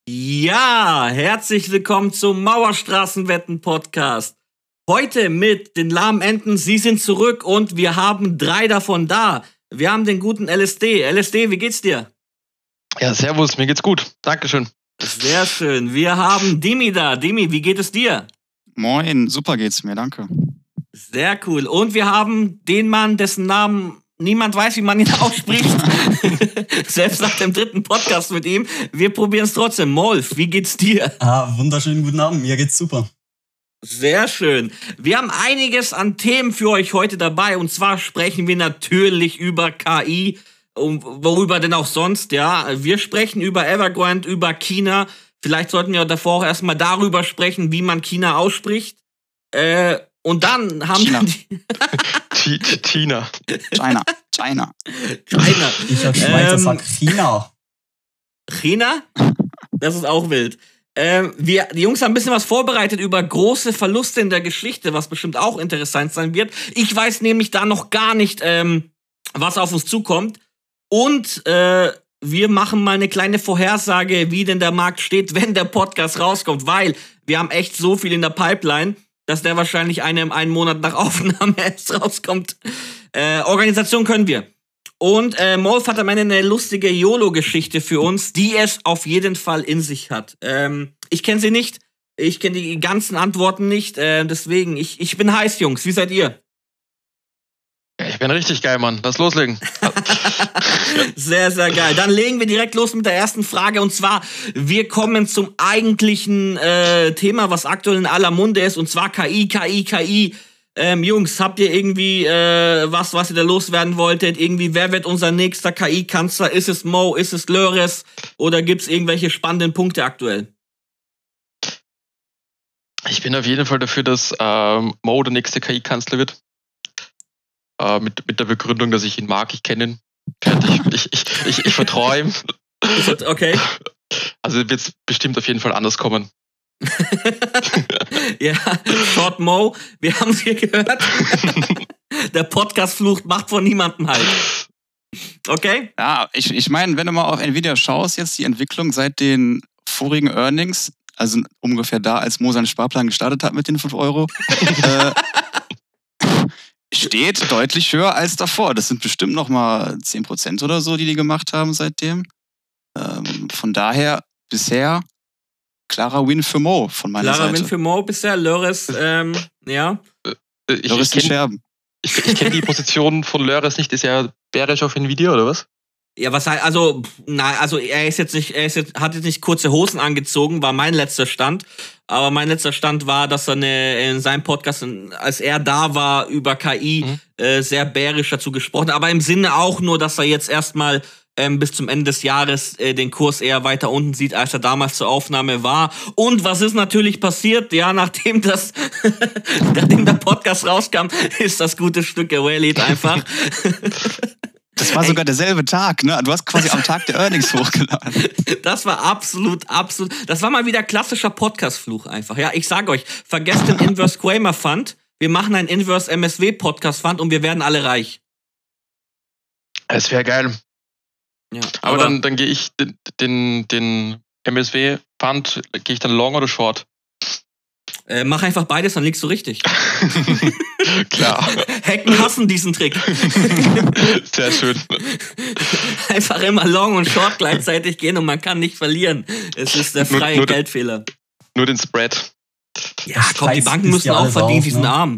Ja, herzlich willkommen zum Mauerstraßenwetten-Podcast. Heute mit den lahmen Enten, sie sind zurück und wir haben 3 davon da. Wir haben den guten LSD. LSD, wie geht's dir? Ja, servus, mir geht's gut. Dankeschön. Sehr schön. Wir haben Dimi da. Dimi, wie geht es dir? Moin, super geht's mir, danke. Sehr cool. Und wir haben den Mann, dessen Namen niemand weiß, wie man ihn ausspricht. Selbst nach dem 3. Podcast mit ihm. Wir probieren es trotzdem. Molf, wie geht's dir? Wunderschönen guten Abend, mir geht's super. Sehr schön. Wir haben einiges an Themen für euch heute dabei. Und zwar sprechen wir natürlich über KI. Worüber denn auch sonst, ja. Wir sprechen über Evergrande, über China. Vielleicht sollten wir davor auch erstmal darüber sprechen, wie man China ausspricht. Und dann haben China. China. China. Ich als Schweizer sag China. China? Das ist auch wild. Die Jungs haben ein bisschen was vorbereitet über große Verluste in der Geschichte, was bestimmt auch interessant sein wird. Ich weiß nämlich da noch gar nicht, was auf uns zukommt. Und wir machen mal eine kleine Vorhersage, wie denn der Markt steht, wenn der Podcast rauskommt. Weil wir haben echt so viel in der Pipeline, dass der wahrscheinlich einen Monat nach Aufnahme erst rauskommt. Organisation können wir. Und Molf hat am Ende eine lustige YOLO-Geschichte für uns, die es auf jeden Fall in sich hat. Ich kenne sie nicht. Ich kenne die ganzen Antworten nicht. Deswegen, ich bin heiß, Jungs. Wie seid ihr? Ja, ich bin richtig geil, Mann. Lass loslegen. Sehr, sehr geil. Dann legen wir direkt los mit der ersten Frage. Und zwar, wir kommen zum eigentlichen Thema, was aktuell in aller Munde ist. Und zwar KI. Jungs, habt ihr irgendwie was ihr da loswerden wolltet? Irgendwie, wer wird unser nächster KI-Kanzler? Ist es Mo? Ist es Löres? Oder gibt's irgendwelche spannenden Punkte aktuell? Ich bin auf jeden Fall dafür, dass Mo der nächste KI-Kanzler wird. Mit der Begründung, dass ich ihn mag, ich kenne ihn. Ich vertraue ihm. Okay. Also wird es bestimmt auf jeden Fall anders kommen. Ja, Short Mo, wir haben es hier gehört. Der Podcast-Fluch macht von niemandem halt. Okay? Ja, ich meine, wenn du mal auf Nvidia schaust, jetzt die Entwicklung seit den vorigen Earnings, also ungefähr da, als Mo seinen Sparplan gestartet hat mit den 5 Euro, steht deutlich höher als davor. Das sind bestimmt noch mal 10% oder so, die gemacht haben seitdem. Von daher bisher klarer Win für Mo von meiner Seite. Klarer Win für Mo bisher. Löres, ja. Löres die Scherben. Ich kenne die Position von Löres nicht. Ist er bärisch auf Nvidia oder was? Ja, was heißt, also er hat jetzt nicht kurze Hosen angezogen, war mein letzter Stand. Aber mein letzter Stand war, dass er in seinem Podcast, als er da war, über KI sehr bärisch dazu gesprochen hat. Aber im Sinne auch nur, dass er jetzt erstmal bis zum Ende des Jahres den Kurs eher weiter unten sieht, als er damals zur Aufnahme war. Und was ist natürlich passiert? Ja, nachdem der Podcast rauskam, ist das gute Stück gerallied einfach. Das war sogar derselbe Tag, ne? Du hast quasi am Tag der Earnings hochgeladen. Das war absolut. Das war mal wieder klassischer Podcast-Fluch einfach. Ja, ich sage euch, vergesst den Inverse Kramer Fund. Wir machen einen Inverse MSW Podcast Fund und wir werden alle reich. Es wäre geil. Ja, aber dann gehe ich den MSW Fund, gehe ich dann long oder short? Mach einfach beides, dann liegst du richtig. Klar. Hacken hassen diesen Trick. Sehr schön. Einfach immer long und short gleichzeitig gehen und man kann nicht verlieren. Es ist der freie Geldfehler. Nur den Spread. Ja, komm, die Banken müssen auch verdienen, die sind arm.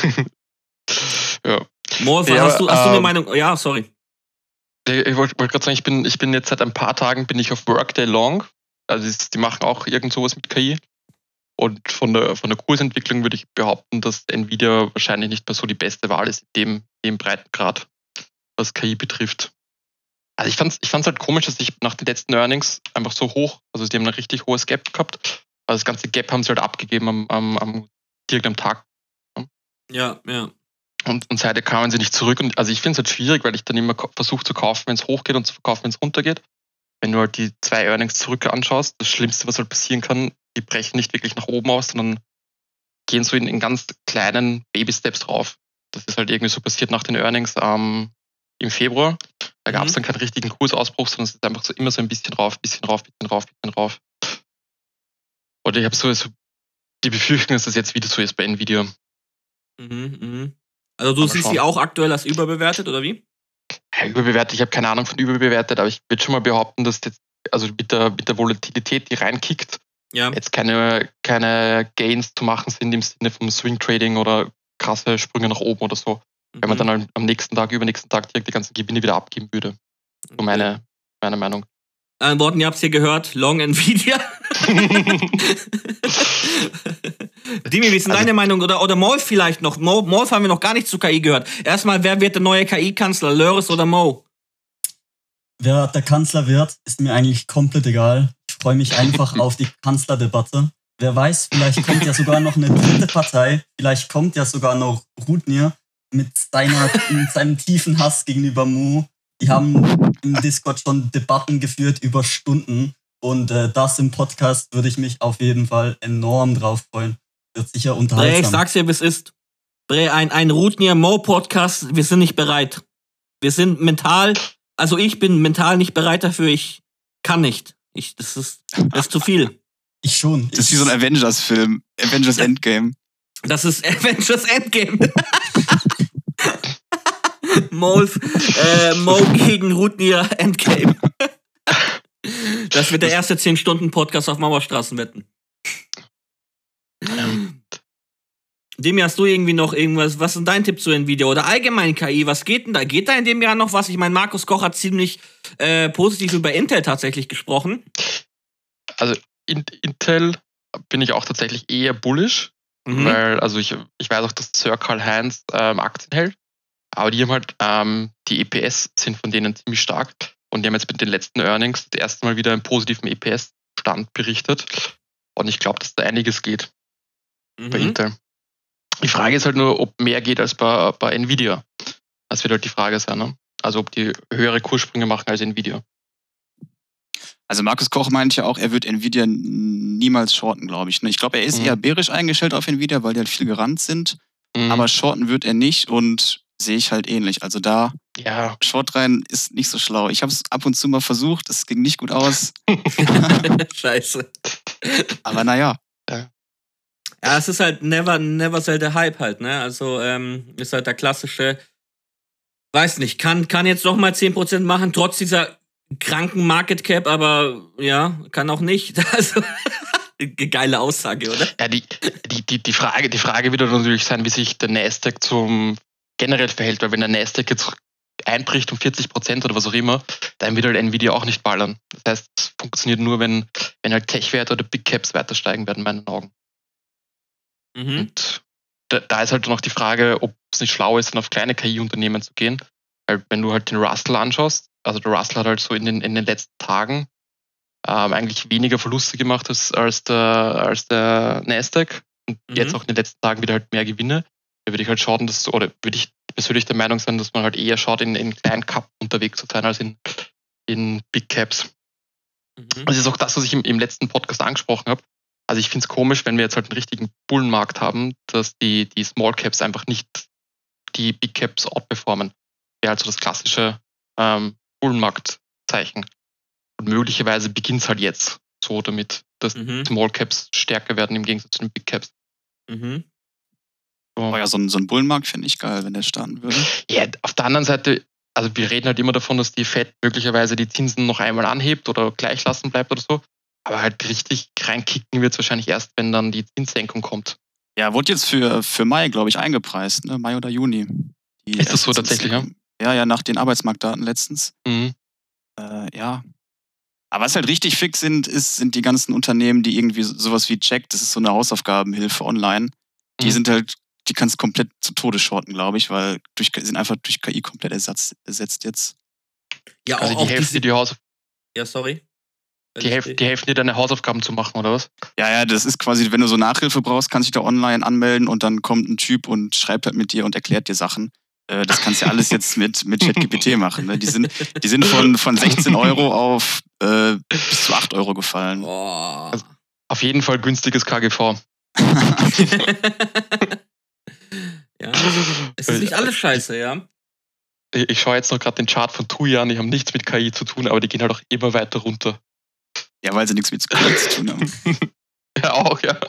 Ja. Morph, hast du eine Meinung? Ja, sorry. Ich wollte gerade sagen, ich bin jetzt seit ein paar Tagen bin ich auf Workday Long. Also die machen auch irgend sowas mit KI. Und von der Kursentwicklung würde ich behaupten, dass Nvidia wahrscheinlich nicht mehr so die beste Wahl ist in dem Breitengrad, was KI betrifft. Also ich fand's halt komisch, dass ich nach den letzten Earnings einfach so hoch, also die haben ein richtig hohes Gap gehabt, aber das ganze Gap haben sie halt abgegeben direkt am Tag. Ja. Und seitdem kamen sie nicht zurück. Und also ich finde es halt schwierig, weil ich dann immer versuche zu kaufen, wenn es hochgeht und zu verkaufen, wenn es runtergeht. Wenn du halt die 2 Earnings zurück anschaust, das Schlimmste, was halt passieren kann, die brechen nicht wirklich nach oben aus, sondern gehen so in ganz kleinen Baby-Steps drauf. Das ist halt irgendwie so passiert nach den Earnings im Februar. Da gab es dann keinen richtigen Kursausbruch, sondern es ist einfach so immer so ein bisschen rauf, bisschen rauf, bisschen rauf, bisschen rauf. Oder ich habe so die Befürchtung, dass das jetzt wieder so ist bei Nvidia. Also du Aber siehst schon. sie auch aktuell als überbewertet, oder wie? Ja, überbewertet, ich habe keine Ahnung von überbewertet, aber ich würde schon mal behaupten, dass jetzt, also mit der Volatilität, die reinkickt, Ja. jetzt keine Gains zu machen sind im Sinne vom Swing Trading oder krasse Sprünge nach oben oder so. Wenn man dann am nächsten Tag, übernächsten Tag direkt die ganzen Gewinne wieder abgeben würde. So meine Meinung. An Worten, ihr habt es hier gehört, Long Nvidia. Dimi, wie ist denn deine Meinung? Oder Molf vielleicht noch? Molf haben wir noch gar nicht zu KI gehört. Erstmal, wer wird der neue KI-Kanzler? Löris oder Mo? Wer der Kanzler wird, ist mir eigentlich komplett egal. Ich freue mich einfach auf die Kanzlerdebatte. Wer weiß, vielleicht kommt ja sogar noch eine dritte Partei. Vielleicht kommt ja sogar noch Rudnir mit seinem tiefen Hass gegenüber Mo. Die haben im Discord schon Debatten geführt über Stunden. Und das im Podcast würde ich mich auf jeden Fall enorm drauf freuen. Wird sicher unterhaltsam. Bre, ich sag's dir, wie es ist. Bre, ein Rudnir-Mo-Podcast, wir sind nicht bereit. Wir sind mental, also ich bin mental nicht bereit dafür, ich kann nicht. Das ist zu viel. Ich schon. Das ist wie so ein Avengers-Film. Avengers Endgame. Das ist Avengers Endgame. Mo gegen Rudnir Endgame. Das wird der erste 10-Stunden-Podcast auf Mauerstraßen wetten. Demi, hast du irgendwie noch irgendwas? Was ist dein Tipp zu Nvidia oder allgemein KI? Was geht denn da? Geht da in dem Jahr noch was? Ich meine, Markus Koch hat ziemlich positiv über Intel tatsächlich gesprochen. Also Intel bin ich auch tatsächlich eher bullish, weil also ich weiß auch, dass Sir Karl-Heinz Aktien hält, aber die haben halt die EPS sind von denen ziemlich stark und die haben jetzt mit den letzten Earnings das erste Mal wieder einen positiven EPS-Stand berichtet und ich glaube, dass da einiges geht bei Intel. Die Frage ist halt nur, ob mehr geht als bei Nvidia. Das wird halt die Frage sein, ne? Also ob die höhere Kurssprünge machen als Nvidia. Also Markus Koch meint ja auch, er wird Nvidia niemals shorten, glaube ich. Ich glaube, er ist eher bärisch eingestellt auf Nvidia, weil die halt viel gerannt sind. Aber shorten wird er nicht und sehe ich halt ähnlich. Also da Short rein ist nicht so schlau. Ich habe es ab und zu mal versucht, es ging nicht gut aus. Scheiße. Aber naja. Ja, es ist halt never sell the hype halt, ne? Also ist halt der klassische, weiß nicht, kann jetzt doch mal 10% machen, trotz dieser kranken Market Cap, aber ja, kann auch nicht. Also geile Aussage, oder? Ja, die Frage wird natürlich sein, wie sich der Nasdaq zum generell verhält, weil wenn der Nasdaq jetzt einbricht um 40% oder was auch immer, dann wird halt Nvidia auch nicht ballern. Das heißt, es funktioniert nur, wenn halt Tech-Werte oder Big Caps weiter steigen werden, in meinen Augen. Und da ist halt noch die Frage, ob es nicht schlau ist, dann auf kleine KI-Unternehmen zu gehen. Weil wenn du halt den Russell anschaust, also der Russell hat halt so in den letzten Tagen eigentlich weniger Verluste gemacht als der Nasdaq und jetzt auch in den letzten Tagen wieder halt mehr Gewinne. Da würde ich halt schauen, würde ich persönlich der Meinung sein, dass man halt eher schaut, in kleinen Cap unterwegs zu sein, als in Big Caps. Das ist auch das, was ich im letzten Podcast angesprochen habe. Also ich finde es komisch, wenn wir jetzt halt einen richtigen Bullenmarkt haben, dass die Small Caps einfach nicht die Big Caps outperformen. Wäre halt so das klassische Bullenmarktzeichen. Und möglicherweise beginnt es halt jetzt so damit, dass Small Caps stärker werden im Gegensatz zu den Big Caps. Oh ja, so ein Bullenmarkt finde ich geil, wenn der starten würde. Ja, auf der anderen Seite, also wir reden halt immer davon, dass die Fed möglicherweise die Zinsen noch einmal anhebt oder gleich lassen bleibt oder so. Aber halt richtig reinkicken wird es wahrscheinlich erst, wenn dann die Zinssenkung kommt. Ja, wurde jetzt für Mai, glaube ich, eingepreist, ne? Mai oder Juni. Ist das so tatsächlich, ja? Ja, nach den Arbeitsmarktdaten letztens. Ja. Aber was halt richtig fix sind die ganzen Unternehmen, die irgendwie sowas wie Check, das ist so eine Hausaufgabenhilfe online. Die sind halt, die kannst du komplett zu Tode shorten, glaube ich, weil sind einfach durch KI komplett ersetzt jetzt. Ja, also auch die helfen dir Ja, sorry. Die helfen dir, deine Hausaufgaben zu machen, oder was? Ja, das ist quasi, wenn du so Nachhilfe brauchst, kannst du dich da online anmelden und dann kommt ein Typ und schreibt halt mit dir und erklärt dir Sachen. Das kannst du ja alles jetzt mit ChatGPT machen. Ne? Die sind von 16 Euro auf bis zu 8 Euro gefallen. Boah. Also auf jeden Fall günstiges KGV. Ja, es ist nicht alles scheiße, ja. Ich schaue jetzt noch gerade den Chart von TUI an, die haben nichts mit KI zu tun, aber die gehen halt auch immer weiter runter. Ja, weil sie nichts mit KI zu tun haben. Ja, auch, ja.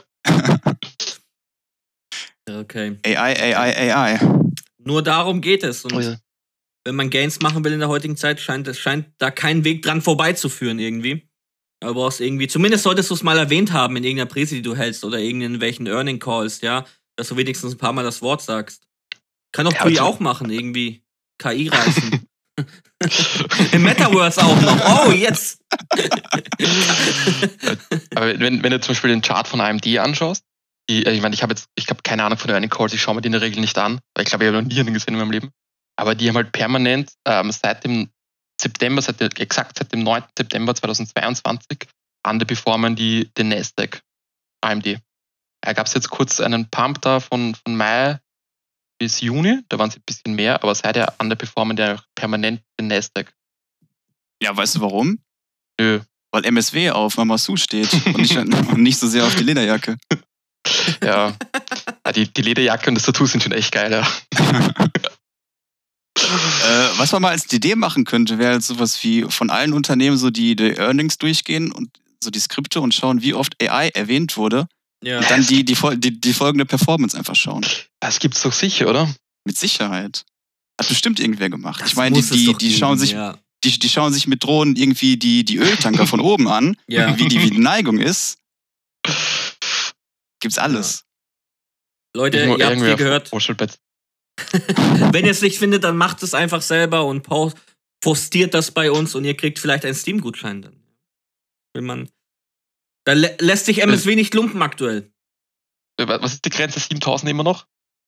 Okay. AI. Nur darum geht es. Und Oh ja. wenn man Gains machen will in der heutigen Zeit, scheint da kein Weg dran vorbeizuführen irgendwie. Aber du brauchst irgendwie, zumindest solltest du es mal erwähnt haben in irgendeiner Präse, die du hältst oder irgendwelchen Earning Calls, ja, dass du wenigstens ein paar Mal das Wort sagst. Kann doch Ja, Pri aber- auch machen, irgendwie. KI reißen. Im Metaverse auch noch. Oh, jetzt! Aber wenn du zum Beispiel den Chart von AMD anschaust, ich meine, ich habe keine Ahnung von den Earning Calls, ich schaue mir die in der Regel nicht an, weil ich glaube, ich habe noch nie einen gesehen in meinem Leben. Aber die haben halt permanent seit dem 9. September 2022 underperformen die den Nasdaq AMD. Da gab es jetzt kurz einen Pump da von Mai bis Juni, da waren sie ein bisschen mehr, aber seither underperformen die auch permanent den Nasdaq. Ja, weißt du warum? Nö. Weil MSW auf Mamasu steht und nicht so sehr auf die Lederjacke. Ja, die Lederjacke und das Tattoo sind schon echt geil, ja. Was man mal als Idee machen könnte, wäre halt sowas wie von allen Unternehmen so die Earnings durchgehen und so die Skripte und schauen, wie oft AI erwähnt wurde. Ja. Und dann die folgende Performance einfach schauen. Das gibt's doch sicher, oder? Mit Sicherheit. Hat bestimmt irgendwer gemacht. Das Ich meine, muss es doch die schauen geben, sich, ja. die schauen sich mit Drohnen irgendwie die Öltanker von oben an, Ja. wie die Neigung ist. Gibt's alles. Leute, Irgendwo- ihr habt irgendwer hier gehört, Vorstellbett. wenn ihr es nicht findet, dann macht es einfach selber und postiert das bei uns und ihr kriegt vielleicht einen Steam-Gutschein dann. Da lässt sich MSW nicht lumpen aktuell. Was ist die Grenze? 7000 immer noch?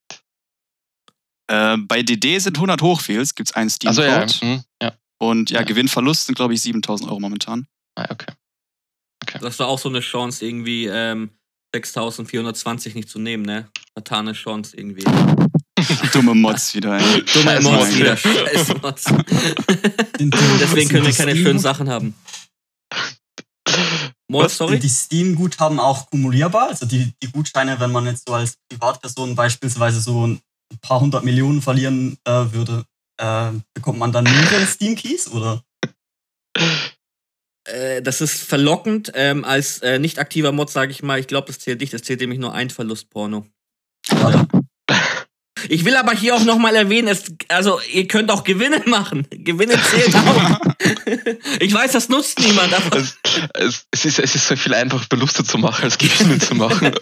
Bei DD sind 100 Hochfehls, gibt's einen Also ja. Steam-Code. Ja. Und ja, Ja. Gewinnverlust sind, glaube ich, 7.000 Euro momentan. Ah, okay. Das war auch so eine Chance, irgendwie 6.420 nicht zu nehmen, ne? Vertane Chance irgendwie. Dumme Mods wieder, ey. Dumme Scheiß Mods Mods, wieder. ja. Scheiß Mods. Sind Deswegen können wir die keine Steam- schönen Sachen haben. Mods, sorry? Sind die Steam-Guthaben auch kumulierbar? Also die Gutscheine, wenn man jetzt so als Privatperson beispielsweise so ein paar 100 Millionen verlieren würde, bekommt man dann mehrere Steam-Keys, oder? Das ist verlockend. Als nicht aktiver Mod sage ich mal, ich glaube, das zählt nicht. Das zählt nämlich nur ein Verlustporno. Schade. Ich will aber hier auch nochmal erwähnen, also ihr könnt auch Gewinne machen. Gewinne zählen auch. Ich weiß, das nutzt niemand, aber Es ist so viel einfacher, Verluste zu machen, als Gewinne zu machen.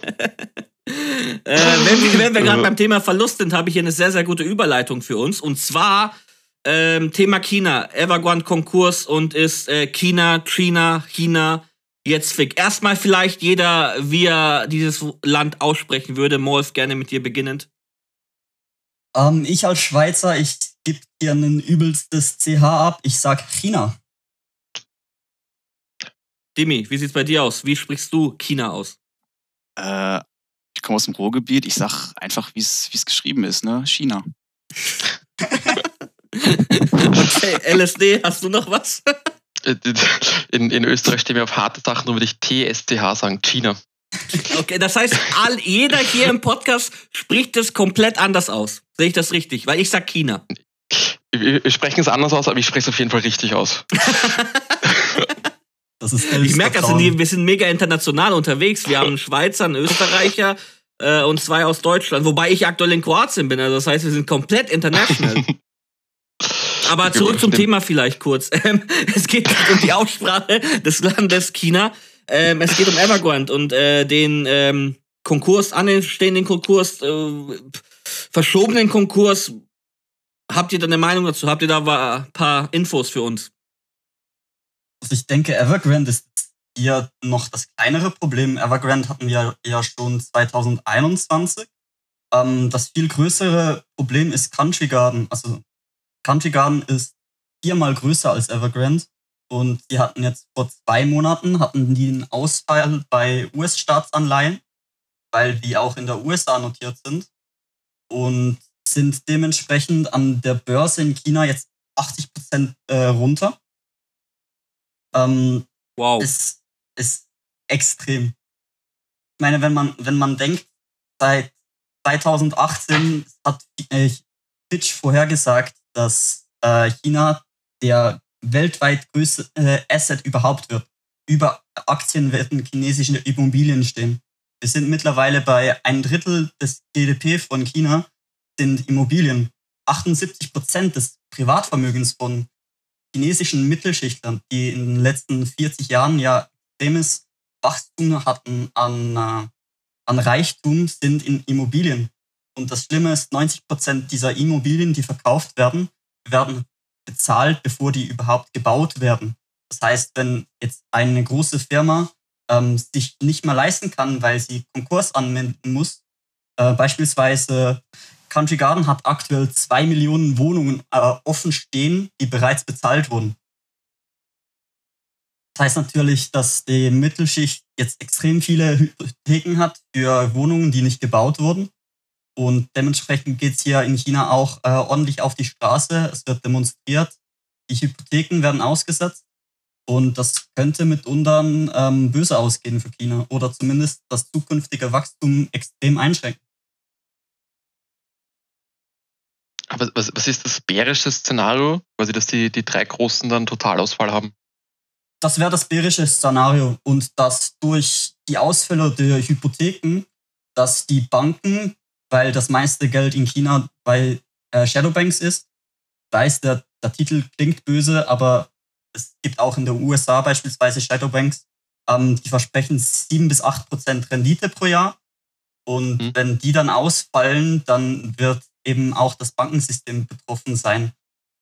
wenn wir gerade beim Thema Verlust sind, habe ich hier eine sehr, sehr gute Überleitung für uns. Und zwar Thema China. Evergrande Konkurs und ist China jetzt fick. Erstmal vielleicht jeder, wie er dieses Land aussprechen würde. Molf, gerne mit dir beginnend. Ich als Schweizer, ich gebe dir ein übelstes CH ab. Ich sag China. Dimi, wie sieht's bei dir aus? Wie sprichst du China aus? Ich komme aus dem Ruhrgebiet. Ich sag einfach, wie es geschrieben ist, ne? China. Okay, LSD, hast du noch was? In Österreich stehen wir auf harte Sachen, da würde ich TSCH sagen, China. Okay, das heißt, jeder hier im Podcast spricht es komplett anders aus. Sehe ich das richtig? Weil ich sag China. Wir sprechen es anders aus, aber ich spreche es auf jeden Fall richtig aus. Das ist Ich merke, Selbstvertrauen. wir sind mega international unterwegs. Wir haben einen Schweizer, einen Österreicher und 2 aus Deutschland. Wobei ich aktuell in Kroatien bin. Also das heißt, wir sind komplett international. Aber zurück zum Thema vielleicht kurz. Es geht nicht um die Aussprache des Landes China. Es geht um Evergrande und den Konkurs, anstehenden Konkurs, verschobenen Konkurs. Habt ihr da eine Meinung dazu? Habt ihr da ein paar Infos für uns? Also ich denke, Evergrande ist hier noch das kleinere Problem. Evergrande hatten wir ja schon 2021. Das viel größere Problem ist Country Garden. Also Country Garden ist 4-mal größer als Evergrande. Und die hatten jetzt vor 2 Monaten einen Ausfall bei US-Staatsanleihen, weil die auch in der USA notiert sind. Und sind dementsprechend an der Börse in China jetzt 80% runter. Wow. Ist extrem. Ich meine, wenn man denkt, seit 2018 hat Fitch vorhergesagt, dass China der weltweit größte Asset überhaupt wird. über Aktienwerten chinesische Immobilien stehen. Wir sind mittlerweile bei 1/3 des GDP von China sind Immobilien. 78% des Privatvermögens von chinesischen Mittelschichtlern, die in den letzten 40 Jahren ja extremes Wachstum hatten an Reichtum, sind in Immobilien. Und das Schlimme ist, 90% dieser Immobilien, die verkauft werden, werden bezahlt, bevor die überhaupt gebaut werden. Das heißt, wenn jetzt eine große Firma sich nicht mehr leisten kann, weil sie Konkurs anmelden muss, beispielsweise Country Garden hat aktuell 2 Millionen Wohnungen offen stehen, die bereits bezahlt wurden. Das heißt natürlich, dass die Mittelschicht jetzt extrem viele Hypotheken hat für Wohnungen, die nicht gebaut wurden. Und dementsprechend geht es hier in China auch ordentlich auf die Straße. Es wird demonstriert, die Hypotheken werden ausgesetzt. Und das könnte mitunter böse ausgehen für China oder zumindest das zukünftige Wachstum extrem einschränken. Aber was ist das bärische Szenario? Quasi, dass die drei Großen dann Totalausfall haben? Das wäre das bärische Szenario und dass durch die Ausfälle der Hypotheken, dass die Banken, weil das meiste Geld in China bei Shadowbanks ist, weiß, der Titel klingt böse, aber es gibt auch in den USA beispielsweise Shadowbanks, die versprechen 7-8% Rendite pro Jahr. Und wenn die dann ausfallen, dann wird eben auch das Bankensystem betroffen sein.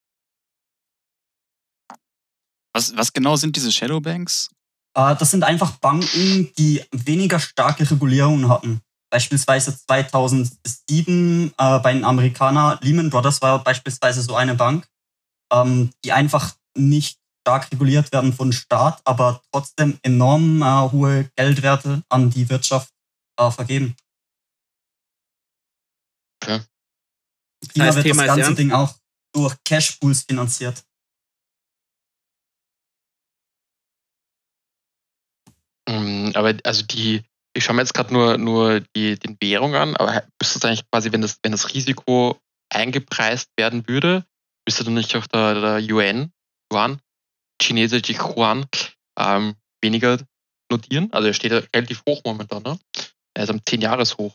Was genau sind diese Shadowbanks? Das sind einfach Banken, die weniger starke Regulierungen hatten. Beispielsweise 2007 bei den Amerikanern, Lehman Brothers war beispielsweise so eine Bank, die einfach nicht stark reguliert werden von Staat, aber trotzdem enorm hohe Geldwerte an die Wirtschaft vergeben. Okay. China Das heißt, wird das Thema ist ganze ernst? Ding auch durch Cashpools finanziert. Aber also ich schaue mir jetzt gerade nur den Währung an, aber müsste das eigentlich quasi, wenn das Risiko eingepreist werden würde, müsste dann nicht auch der Yuan, chinesische Yuan, weniger notieren? Also er steht ja relativ hoch momentan, ne? Er ist am 10-Jahres-Hoch.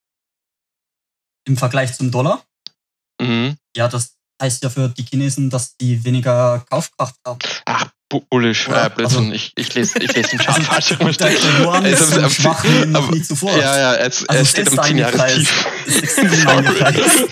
Im Vergleich zum Dollar? Mhm. Ja, das heißt ja für die Chinesen, dass die weniger Kaufkraft haben. Ach, bullish, Oder? Blödsinn. Ich lese den Chart falsch. Der Yuan ist so schwach wie noch nie zuvor. Ja, er steht am 10-Jahres-Tief. Es ist extrem eingepreist.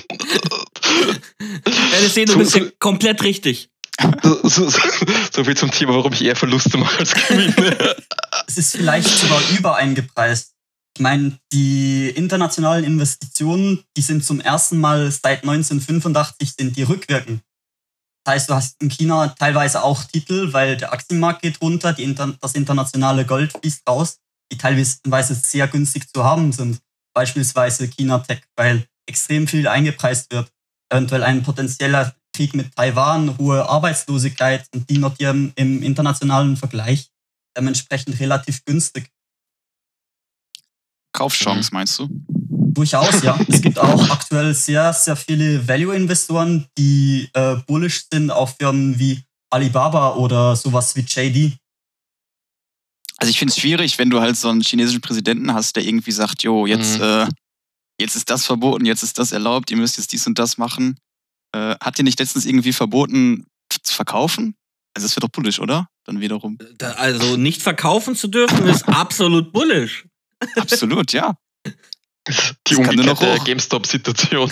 LSD, du bist hier komplett richtig. So viel zum Thema, warum ich eher Verluste mache als Gewinne. Es ist vielleicht sogar übereingepreist. Ich meine, die internationalen Investitionen, die sind zum ersten Mal seit 1985 sind die rückwirkend. Das heißt, du hast in China teilweise auch Titel, weil der Aktienmarkt geht runter, das internationale Gold fließt raus, die teilweise sehr günstig zu haben sind. Beispielsweise China Tech, weil extrem viel eingepreist wird. Eventuell ein potenzieller Krieg mit Taiwan, hohe Arbeitslosigkeit und die notieren im internationalen Vergleich dementsprechend relativ günstig. Kaufchance, meinst du? Durchaus, ja. Es gibt auch aktuell sehr, sehr viele Value-Investoren, die bullish sind auf Firmen wie Alibaba oder sowas wie JD. Also ich finde es schwierig, wenn du halt so einen chinesischen Präsidenten hast, der irgendwie sagt, jo, jetzt ist das verboten, jetzt ist das erlaubt, ihr müsst jetzt dies und das machen. Hat ihr nicht letztens irgendwie verboten zu verkaufen? Also das wird doch bullish, oder? Dann wiederum. Also nicht verkaufen zu dürfen, ist absolut bullish. Absolut, ja. Die kann nur noch umgekehrte hoch. GameStop-Situation.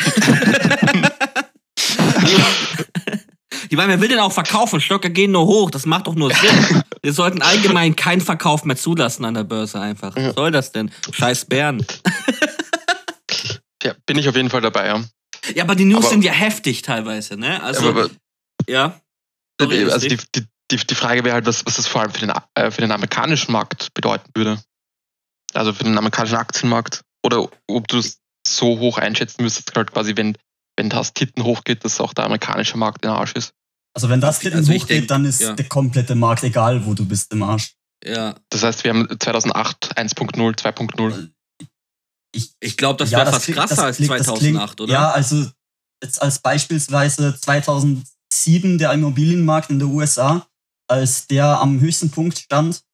Ich meine, wer will denn auch verkaufen? Stöcke gehen nur hoch, das macht doch nur Sinn. Wir sollten allgemein keinen Verkauf mehr zulassen an der Börse einfach. Was soll das denn? Scheiß Bären. Ja, bin ich auf jeden Fall dabei, ja. Ja, aber die News sind ja heftig teilweise, ne? Also, Aber ja. Sorry, also LSD. die Frage wäre halt, was das vor allem für den amerikanischen Markt bedeuten würde. Also für den amerikanischen Aktienmarkt. Oder ob du es so hoch einschätzen müsstest, halt quasi, wenn das Titten hochgeht, dass auch der amerikanische Markt in der Arsch ist. Also wenn das Also ich hochgeht, denk, dann ist ja. der komplette Markt egal, wo du bist im Arsch. Ja. Das heißt, wir haben 2008 1.0, 2.0. Ich glaube, das Ja, wäre fast klingt- krasser als klingt- 2008, oder? Ja, also jetzt als beispielsweise 2007 der Immobilienmarkt in den USA, als der am höchsten Punkt stand,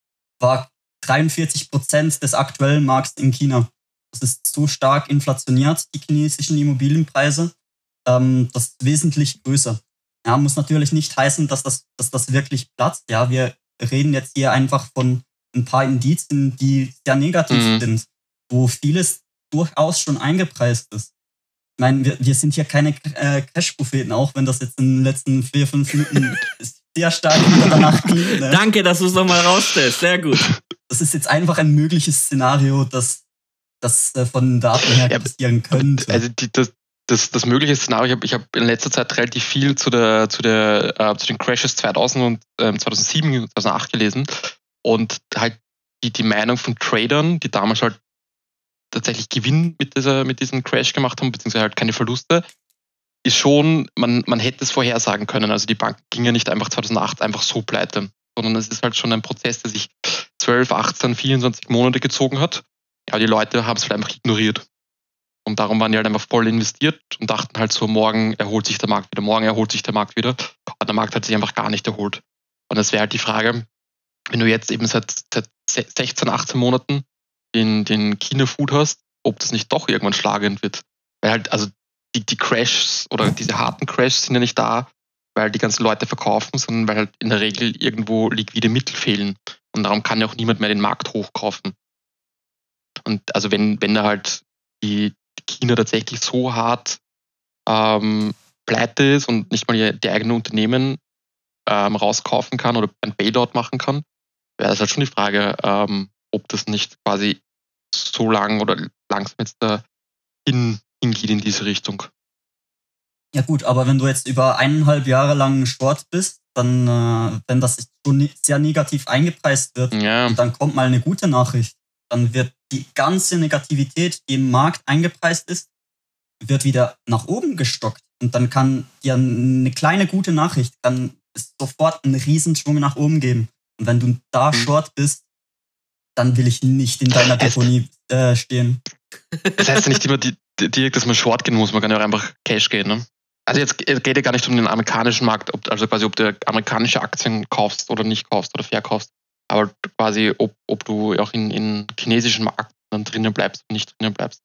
war 43% des aktuellen Markts in China. Das ist so stark inflationiert, die chinesischen Immobilienpreise. Das ist wesentlich größer. Ja, muss natürlich nicht heißen, dass das wirklich platzt. Ja, wir reden jetzt hier einfach von ein paar Indizien, die sehr negativ sind, wo vieles durchaus schon eingepreist ist. Ich meine, wir sind hier keine Crash-Propheten, auch wenn das jetzt in den letzten 4-5 Minuten sehr stark wieder danach klingt. Ne? Danke, dass du es nochmal rausstellst. Sehr gut. Das ist jetzt einfach ein mögliches Szenario, das von den Daten her passieren könnte. Also das mögliche Szenario, ich hab in letzter Zeit relativ viel zu den Crashes 2000 und 2007 und 2008 gelesen und halt die Meinung von Tradern, die damals halt tatsächlich Gewinn mit diesem Crash gemacht haben, beziehungsweise halt keine Verluste, ist schon, man hätte es vorhersagen können. Also die Bank ging ja nicht einfach 2008 einfach so pleite, sondern es ist halt schon ein Prozess, der sich 12, 18, 24 Monate gezogen hat. Aber die Leute haben es halt einfach ignoriert. Und darum waren die halt einfach voll investiert und dachten halt so, morgen erholt sich der Markt wieder, morgen erholt sich der Markt wieder. Und der Markt hat sich einfach gar nicht erholt. Und es wäre halt die Frage, wenn du jetzt eben seit 16, 18 Monaten den China-Food hast, ob das nicht doch irgendwann schlagend wird. Weil halt, also die Crashs oder diese harten Crashs sind ja nicht da, weil die ganzen Leute verkaufen, sondern weil halt in der Regel irgendwo liquide Mittel fehlen. Und darum kann ja auch niemand mehr den Markt hochkaufen. Und also wenn da halt die China tatsächlich so hart pleite ist und nicht mal die eigenen Unternehmen rauskaufen kann oder ein Bailout machen kann, wäre das halt schon die Frage, ob das nicht quasi so lang oder langsam jetzt da hingeht in diese Richtung. Ja gut, aber wenn du jetzt über 1,5 Jahre lang Short bist, dann, wenn das schon sehr negativ eingepreist wird, und dann kommt mal eine gute Nachricht, dann wird die ganze Negativität, die im Markt eingepreist ist, wird wieder nach oben gestockt. Und dann kann ja eine kleine gute Nachricht, kann es sofort einen Riesenschwung nach oben geben. Und wenn du da Short bist, dann will ich nicht in deiner Deponie stehen. Das heißt ja nicht immer direkt, dass man Short gehen muss, man kann ja auch einfach Cash gehen. Ne? Also jetzt geht ja gar nicht um den amerikanischen Markt, also quasi ob du amerikanische Aktien kaufst oder nicht kaufst oder verkaufst, aber quasi ob du auch in chinesischen Märkten dann drinnen bleibst und nicht drinnen bleibst.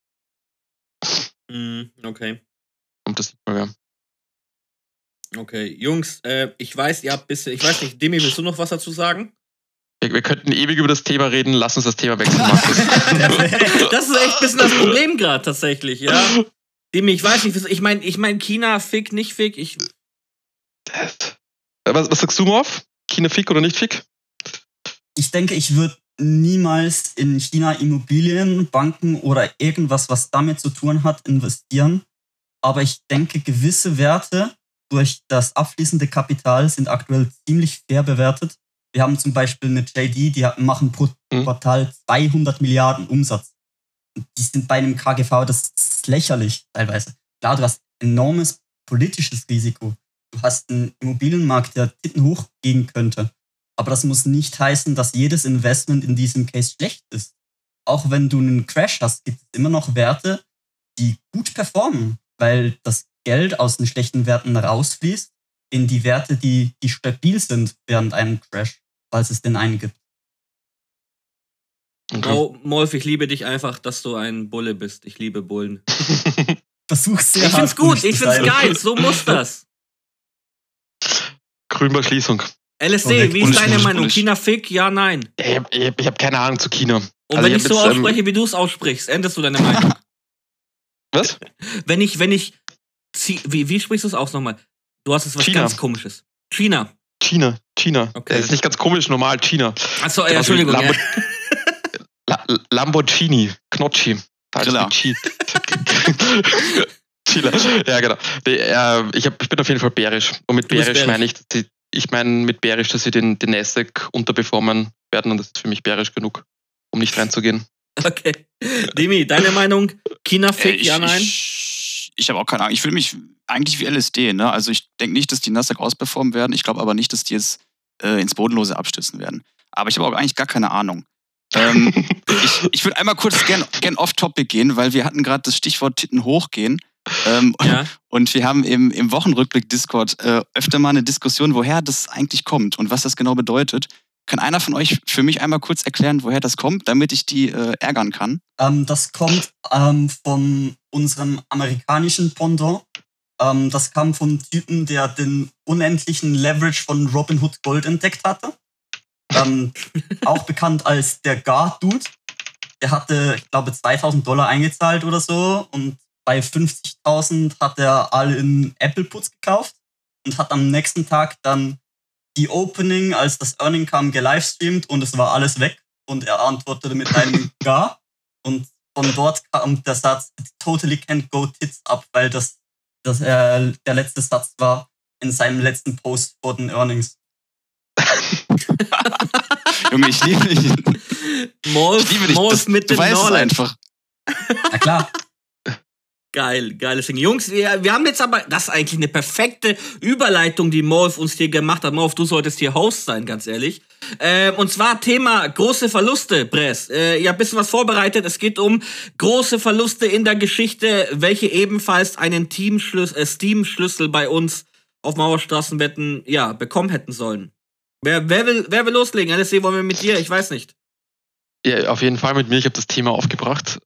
Okay. Und das ja. Okay, Jungs, ich weiß, ihr habt ich weiß nicht, Demi, willst du noch was dazu sagen? Wir könnten ewig über das Thema reden, lass uns das Thema wechseln, Markus. Das ist echt ein bisschen das Problem gerade tatsächlich, ja. Demi, ich weiß nicht, ich mein China, Fick, nicht Fick, Was sagst du, Morph? China Fick oder nicht Fick? Ich denke, ich würde niemals in China Immobilien, Banken oder irgendwas, was damit zu tun hat, investieren. Aber ich denke, gewisse Werte durch das abfließende Kapital sind aktuell ziemlich fair bewertet. Wir haben zum Beispiel eine JD, die machen pro Quartal 200 Milliarden Umsatz. Die sind bei einem KGV, das ist lächerlich teilweise. Klar, du hast enormes politisches Risiko. Du hast einen Immobilienmarkt, der Titten hochgehen könnte. Aber das muss nicht heißen, dass jedes Investment in diesem Case schlecht ist. Auch wenn du einen Crash hast, gibt es immer noch Werte, die gut performen, weil das Geld aus den schlechten Werten rausfließt in die Werte, die stabil sind während einem Crash, falls es denn einen gibt. Okay. Molf, ich liebe dich einfach, dass du ein Bulle bist. Ich liebe Bullen. Versuch's sehr Ich find's gut, ich find's geil, so muss das. Grünbar Schließung. LSD, wie ist deine Meinung? China Fick, ja, nein? Ich hab keine Ahnung zu China. Und also wenn ich so ausspreche, wie du es aussprichst, änderst du deine Meinung? Was? Wenn ich, wie sprichst du es aus nochmal? Du hast es was China. Ganz Komisches. China. Okay. Das ist nicht ganz komisch, normal China. Achso, ja, Entschuldigung. Lamborghini, Knocchi. Ja, genau. Ich bin auf jeden Fall bärisch. Und mit bärisch meine ich, dass sie den Nasdaq unterperformen werden und das ist für mich bärisch genug, um nicht reinzugehen. Okay. Demi, deine Meinung? China Fick, ja, nein? Ich habe auch keine Ahnung. Ich fühle mich eigentlich wie LSD. Ne? Also ich denke nicht, dass die Nasdaq ausperformen werden. Ich glaube aber nicht, dass die jetzt ins Bodenlose abstürzen werden. Aber ich habe auch eigentlich gar keine Ahnung. Ich würde einmal kurz gern off-topic gehen, weil wir hatten gerade das Stichwort Titten hochgehen. Und wir haben im Wochenrückblick Discord öfter mal eine Diskussion, woher das eigentlich kommt und was das genau bedeutet. Kann einer von euch für mich einmal kurz erklären, woher das kommt, damit ich die ärgern kann? Das kommt von unserem amerikanischen Pendant. Das kam vom Typen, der den unendlichen Leverage von Robinhood Gold entdeckt hatte. Auch bekannt als der Gar-Dude. Der hatte, ich glaube, $2.000 eingezahlt oder so. Und bei 50.000 hat er alle in Apple Puts gekauft und hat am nächsten Tag dann die Opening, als das Earning kam, gelivestreamt und es war alles weg. Und er antwortete mit einem Gar. Und von dort kam der Satz, totally can't go tits up, weil das der letzte Satz war in seinem letzten Post vor den Earnings. Junge, ich liebe dich. Molf mit du dem weißt es Knowledge. einfach. Na klar. Geiles Ding. Jungs, wir haben jetzt aber, das ist eigentlich eine perfekte Überleitung, die Molf uns hier gemacht hat. Molf, du solltest hier Host sein, ganz ehrlich. Und zwar Thema große Verluste, Bress. Ihr habt ein bisschen was vorbereitet. Es geht um große Verluste in der Geschichte, welche ebenfalls einen Steam-Schlüssel bei uns auf Mauerstraßenwetten, bekommen hätten sollen. Wer will loslegen? LSC, wollen wir mit dir? Ich weiß nicht. Ja, auf jeden Fall mit mir. Ich habe das Thema aufgebracht.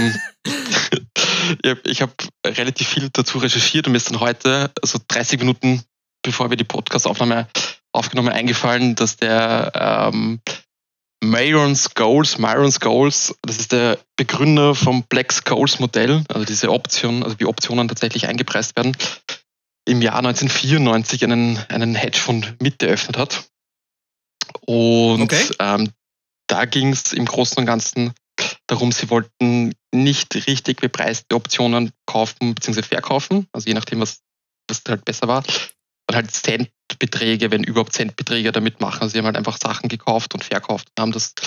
Ich habe relativ viel dazu recherchiert und mir ist dann heute, also 30 Minuten bevor wir die Podcast-Aufnahme aufgenommen, eingefallen, dass der Myron Scholes, das ist der Begründer vom Black-Scholes-Modell, also diese Option, also wie Optionen tatsächlich eingepreist werden, im Jahr 1994 einen Hedgefonds mit eröffnet hat. Und da ging es im Großen und Ganzen darum, sie wollten nicht richtig bepreiste Optionen kaufen bzw. verkaufen, also je nachdem, was halt besser war. Dann halt Centbeträge, wenn überhaupt Centbeträge damit machen. Also sie haben halt einfach Sachen gekauft und verkauft und haben das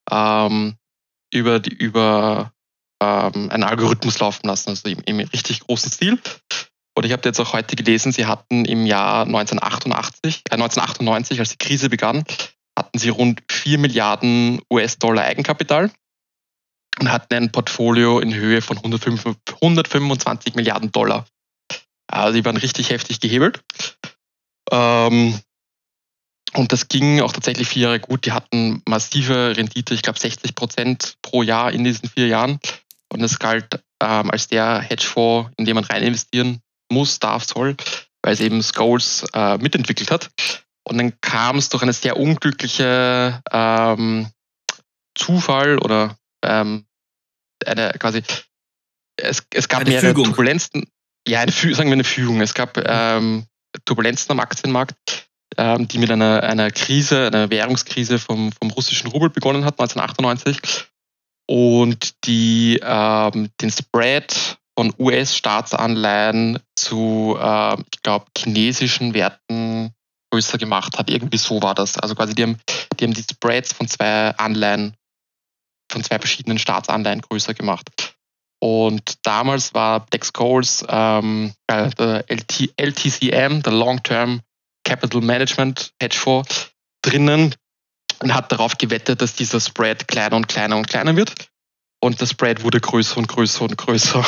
über einen Algorithmus laufen lassen, also im richtig großen Stil. Und ich habe jetzt auch heute gelesen, sie hatten im Jahr 1998, als die Krise begann, hatten sie rund 4 Milliarden US-Dollar Eigenkapital und hatten ein Portfolio in Höhe von 125 Milliarden Dollar. Also die waren richtig heftig gehebelt. Und das ging auch tatsächlich 4 Jahre gut. Die hatten massive Rendite, ich glaube 60% pro Jahr in diesen 4 Jahren. Und es galt als der Hedgefonds, in den man rein investieren muss, soll, weil es eben Scholes mitentwickelt hat. Und dann kam es durch eine sehr unglückliche Zufall oder es gab eine mehrere Fügung. Turbulenzen. Ja, sagen wir eine Fügung. Es gab Turbulenzen am Aktienmarkt, die mit einer Krise, einer Währungskrise vom russischen Rubel begonnen hat, 1998. Und die den Spread von US-Staatsanleihen zu, ich glaube, chinesischen Werten größer gemacht hat. Irgendwie so war das. Also quasi die haben die Spreads von 2 Anleihen, von 2 verschiedenen Staatsanleihen größer gemacht. Und damals war Black Scholes, der LTCM, der Long-Term Capital Management Hedgefonds, drinnen und hat darauf gewettet, dass dieser Spread kleiner und kleiner und kleiner wird. Und der Spread wurde größer und größer und größer.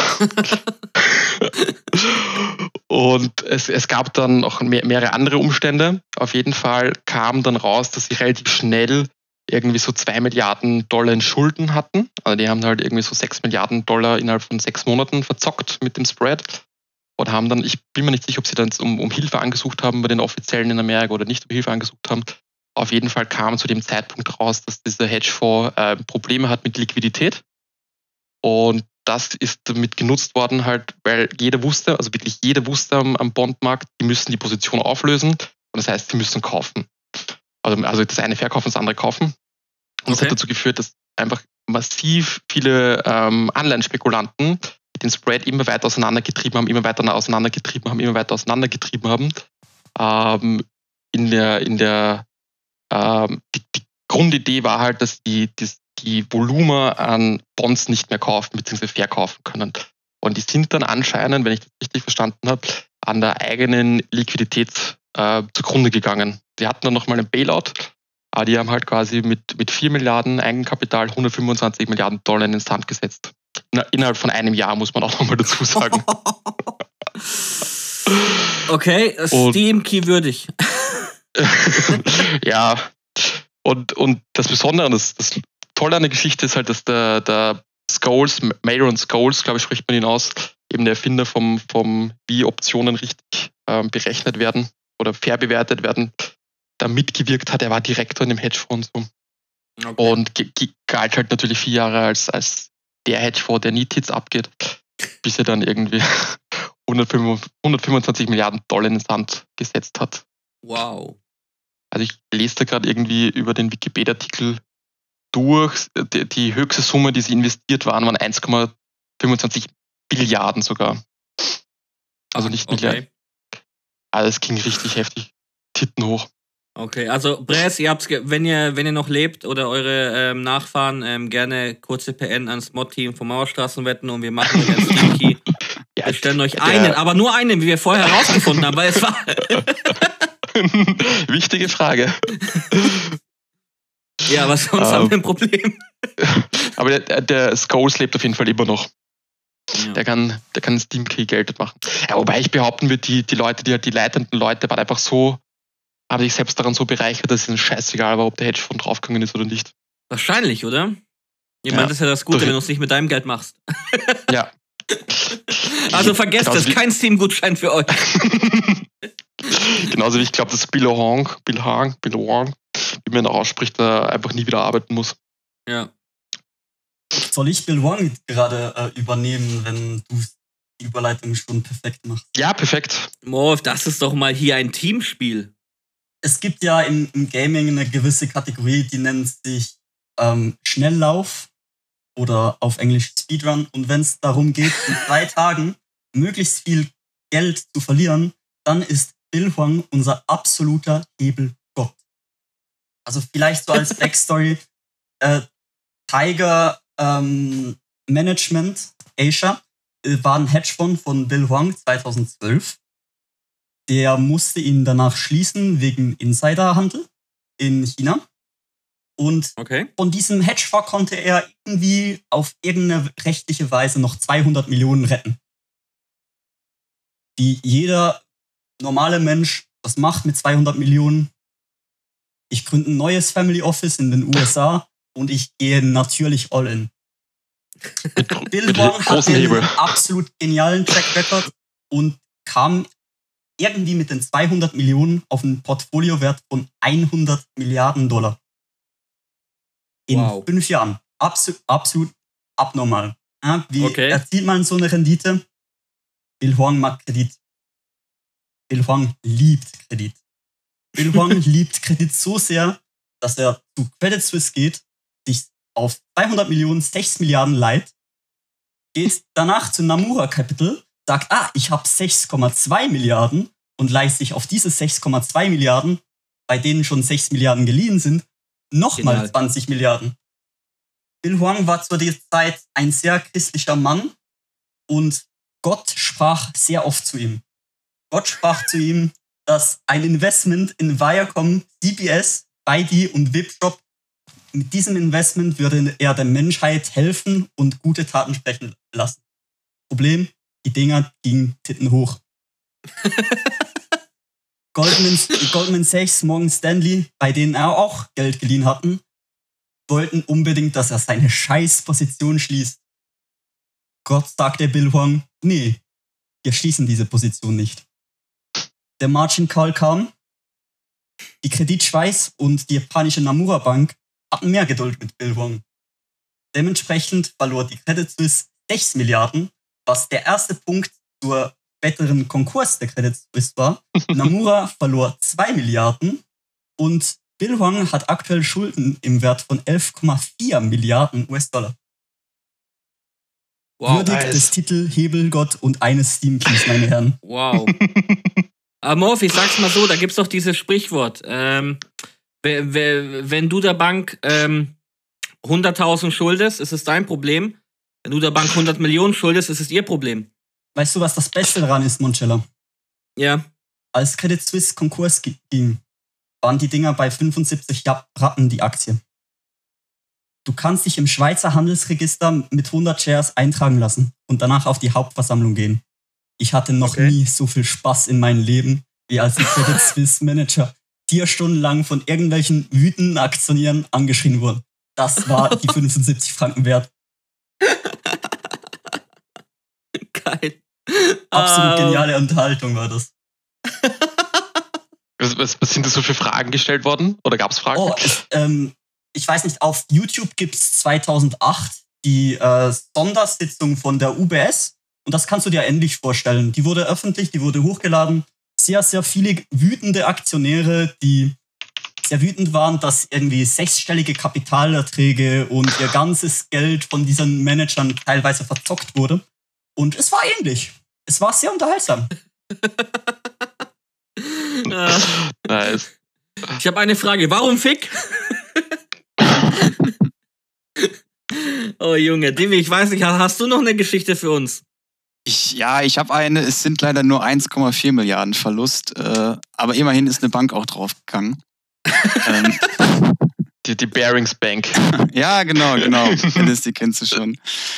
Und es gab dann noch mehrere andere Umstände. Auf jeden Fall kam dann raus, dass sie relativ schnell irgendwie so 2 Milliarden Dollar in Schulden hatten. Also die haben halt irgendwie so 6 Milliarden Dollar innerhalb von 6 Monaten verzockt mit dem Spread. Und haben dann, ich bin mir nicht sicher, ob sie dann um Hilfe angesucht haben bei den Offiziellen in Amerika oder nicht um Hilfe angesucht haben. Auf jeden Fall kam zu dem Zeitpunkt raus, dass dieser Hedgefonds Probleme hat mit Liquidität. Und das ist damit genutzt worden, halt, weil jeder wusste, also wirklich jeder wusste am Bondmarkt, die müssen die Position auflösen. Und das heißt, sie müssen kaufen. Also das eine verkaufen, das andere kaufen. Und das hat dazu geführt, dass einfach massiv viele Anleihenspekulanten den Spread immer weiter auseinandergetrieben haben. Die Grundidee war halt, dass die Volumen an Bonds nicht mehr kaufen bzw. verkaufen können. Und die sind dann anscheinend, wenn ich das richtig verstanden habe, an der eigenen Liquidität zugrunde gegangen. Die hatten dann nochmal einen Bailout, aber die haben halt quasi mit 4 Milliarden Eigenkapital 125 Milliarden Dollar in den Sand gesetzt. Innerhalb von einem Jahr, muss man auch nochmal dazu sagen. Okay, Steam-Key würdig. Ja, Und das Besondere, das Tolle an der Geschichte ist halt, dass der Scholes, Myron Scholes, glaube ich, spricht man ihn aus, eben der Erfinder wie Optionen richtig berechnet werden oder fair bewertet werden, da mitgewirkt hat. Er war Direktor in dem Hedgefonds. So. Okay. Und galt halt natürlich 4 Jahre als der Hedgefonds, der nie Tits abgeht, bis er dann irgendwie 125 Milliarden Dollar in den Sand gesetzt hat. Wow. Also ich lese da gerade irgendwie über den Wikipedia-Artikel durch. Die höchste Summe, die sie investiert waren 1,25 Billiarden sogar. Also nicht Milliarden. Also es ging richtig heftig. Titten hoch. Okay, also Bres, ihr habt's, wenn ihr noch lebt oder eure Nachfahren, gerne kurze PN ans Mod-Team vom Mauerstraßenwetten und wir machen mit den Steam-Key. Ja, wir stellen euch einen, aber nur einen, wie wir vorher herausgefunden haben, weil es war... Wichtige Frage. Ja, aber sonst haben wir ein Problem. Aber der Scholes lebt auf jeden Fall immer noch. Ja. Der kann Steam Key Geld machen. Ja, wobei ich behaupten würde, die Leute, die leitenden Leute waren einfach so, haben sich selbst daran so bereichert, dass es ihnen scheißegal war, ob der Hedgefonds draufgegangen ist oder nicht. Wahrscheinlich, oder? Ich meine, das ist ja das Gute, wenn du es nicht mit deinem Geld machst. Ja. Also vergesst es, kein Steam-Gutschein für euch. Genauso wie ich glaube, dass Bill Wong, wie man ihn ausspricht, da einfach nie wieder arbeiten muss. Ja. Soll ich Bill Wong gerade übernehmen, wenn du die Überleitung schon perfekt machst? Ja, perfekt. Morph, das ist doch mal hier ein Teamspiel. Es gibt ja im Gaming eine gewisse Kategorie, die nennt sich Schnelllauf oder auf Englisch Speedrun. Und wenn es darum geht, in 3 Tagen möglichst viel Geld zu verlieren, dann ist Bill Wong unser absoluter Hebelgott. Also vielleicht so als Backstory, Tiger Management Asia war ein Hedgefonds von Bill Wong 2012. Der musste ihn danach schließen wegen Insiderhandel in China. Und von diesem Hedgefonds konnte er irgendwie auf irgendeine rechtliche Weise noch 200 Millionen retten. Wie jeder normale Mensch das macht mit 200 Millionen. Ich gründe ein neues Family Office in den USA und ich gehe natürlich all in. Bill Wong hat einen absolut genialen Track Record und kam irgendwie mit den 200 Millionen auf einen Portfoliowert von 100 Milliarden Dollar. In 5 Jahren. Absolut abnormal. Ja, wie erzielt man so eine Rendite? Bill Wong mag Kredit. Bill Wong liebt Kredit. Bill Wong liebt Kredit so sehr, dass er zu Credit Suisse geht, sich auf 200 Millionen 6 Milliarden leiht, geht danach zu Nomura Capital, sagt, ich habe 6,2 Milliarden und leiht sich auf diese 6,2 Milliarden, bei denen schon 6 Milliarden geliehen sind, nochmal 20 Milliarden. Bill Wong war zu der Zeit ein sehr christlicher Mann und Gott sprach sehr oft zu ihm. Gott sprach zu ihm, dass ein Investment in Viacom, CBS, BYD und Webshop, mit diesem Investment würde er der Menschheit helfen und gute Taten sprechen lassen. Problem, die Dinger gingen Titten hoch. Goldman Sachs, Morgan Stanley, bei denen er auch Geld geliehen hatten, wollten unbedingt, dass er seine Scheißposition schließt. Gott sagte Bill Wong, nee, wir schließen diese Position nicht. Der Margin Call kam, die Credit Suisse und die japanische Nomura Bank hatten mehr Geduld mit Bill Wong. Dementsprechend verlor die Credit Suisse 6 Milliarden, was der erste Punkt zur späteren Konkurs der Credit Suisse war. Nomura verlor 2 Milliarden und Bill Wong hat aktuell Schulden im Wert von 11,4 Milliarden US-Dollar. Wow, würdig des Titel Hebelgott und eines Steam-Keys, meine Herren. Wow. Aber Morph, ich sag's mal so, da gibt's doch dieses Sprichwort. Wenn du der Bank 100.000 schuldest, ist es dein Problem. Wenn du der Bank 100 Millionen schuldest, ist es ihr Problem. Weißt du, was das Beste daran ist, Moncella? Ja. Als Credit Suisse Konkurs ging, waren die Dinger bei 75 Rappen die Aktie. Du kannst dich im Schweizer Handelsregister mit 100 Shares eintragen lassen und danach auf die Hauptversammlung gehen. Ich hatte noch nie so viel Spaß in meinem Leben, wie als ein Credit Suisse Manager 4 Stunden lang von irgendwelchen wütenden Aktionären angeschrien wurden. Das war die 75 Franken wert. Geil. Absolut geniale Unterhaltung war das. Was sind das so für Fragen gestellt worden? Oder gab es Fragen? Oh, ich weiß nicht, auf YouTube gibt es 2008 die Sondersitzung von der UBS. Und das kannst du dir ähnlich vorstellen. Die wurde öffentlich, die wurde hochgeladen. Sehr, sehr viele wütende Aktionäre, die sehr wütend waren, dass irgendwie 6-stellige Kapitalerträge und ihr ganzes Geld von diesen Managern teilweise verzockt wurde. Und es war ähnlich. Es war sehr unterhaltsam. Nice. Ich habe eine Frage. Warum Fick? Oh Junge, Dimi, ich weiß nicht, hast du noch eine Geschichte für uns? Ich habe eine. Es sind leider nur 1,4 Milliarden Verlust. Aber immerhin ist eine Bank auch draufgegangen. Die Barings Bank. Ja, genau. Die kennst du schon.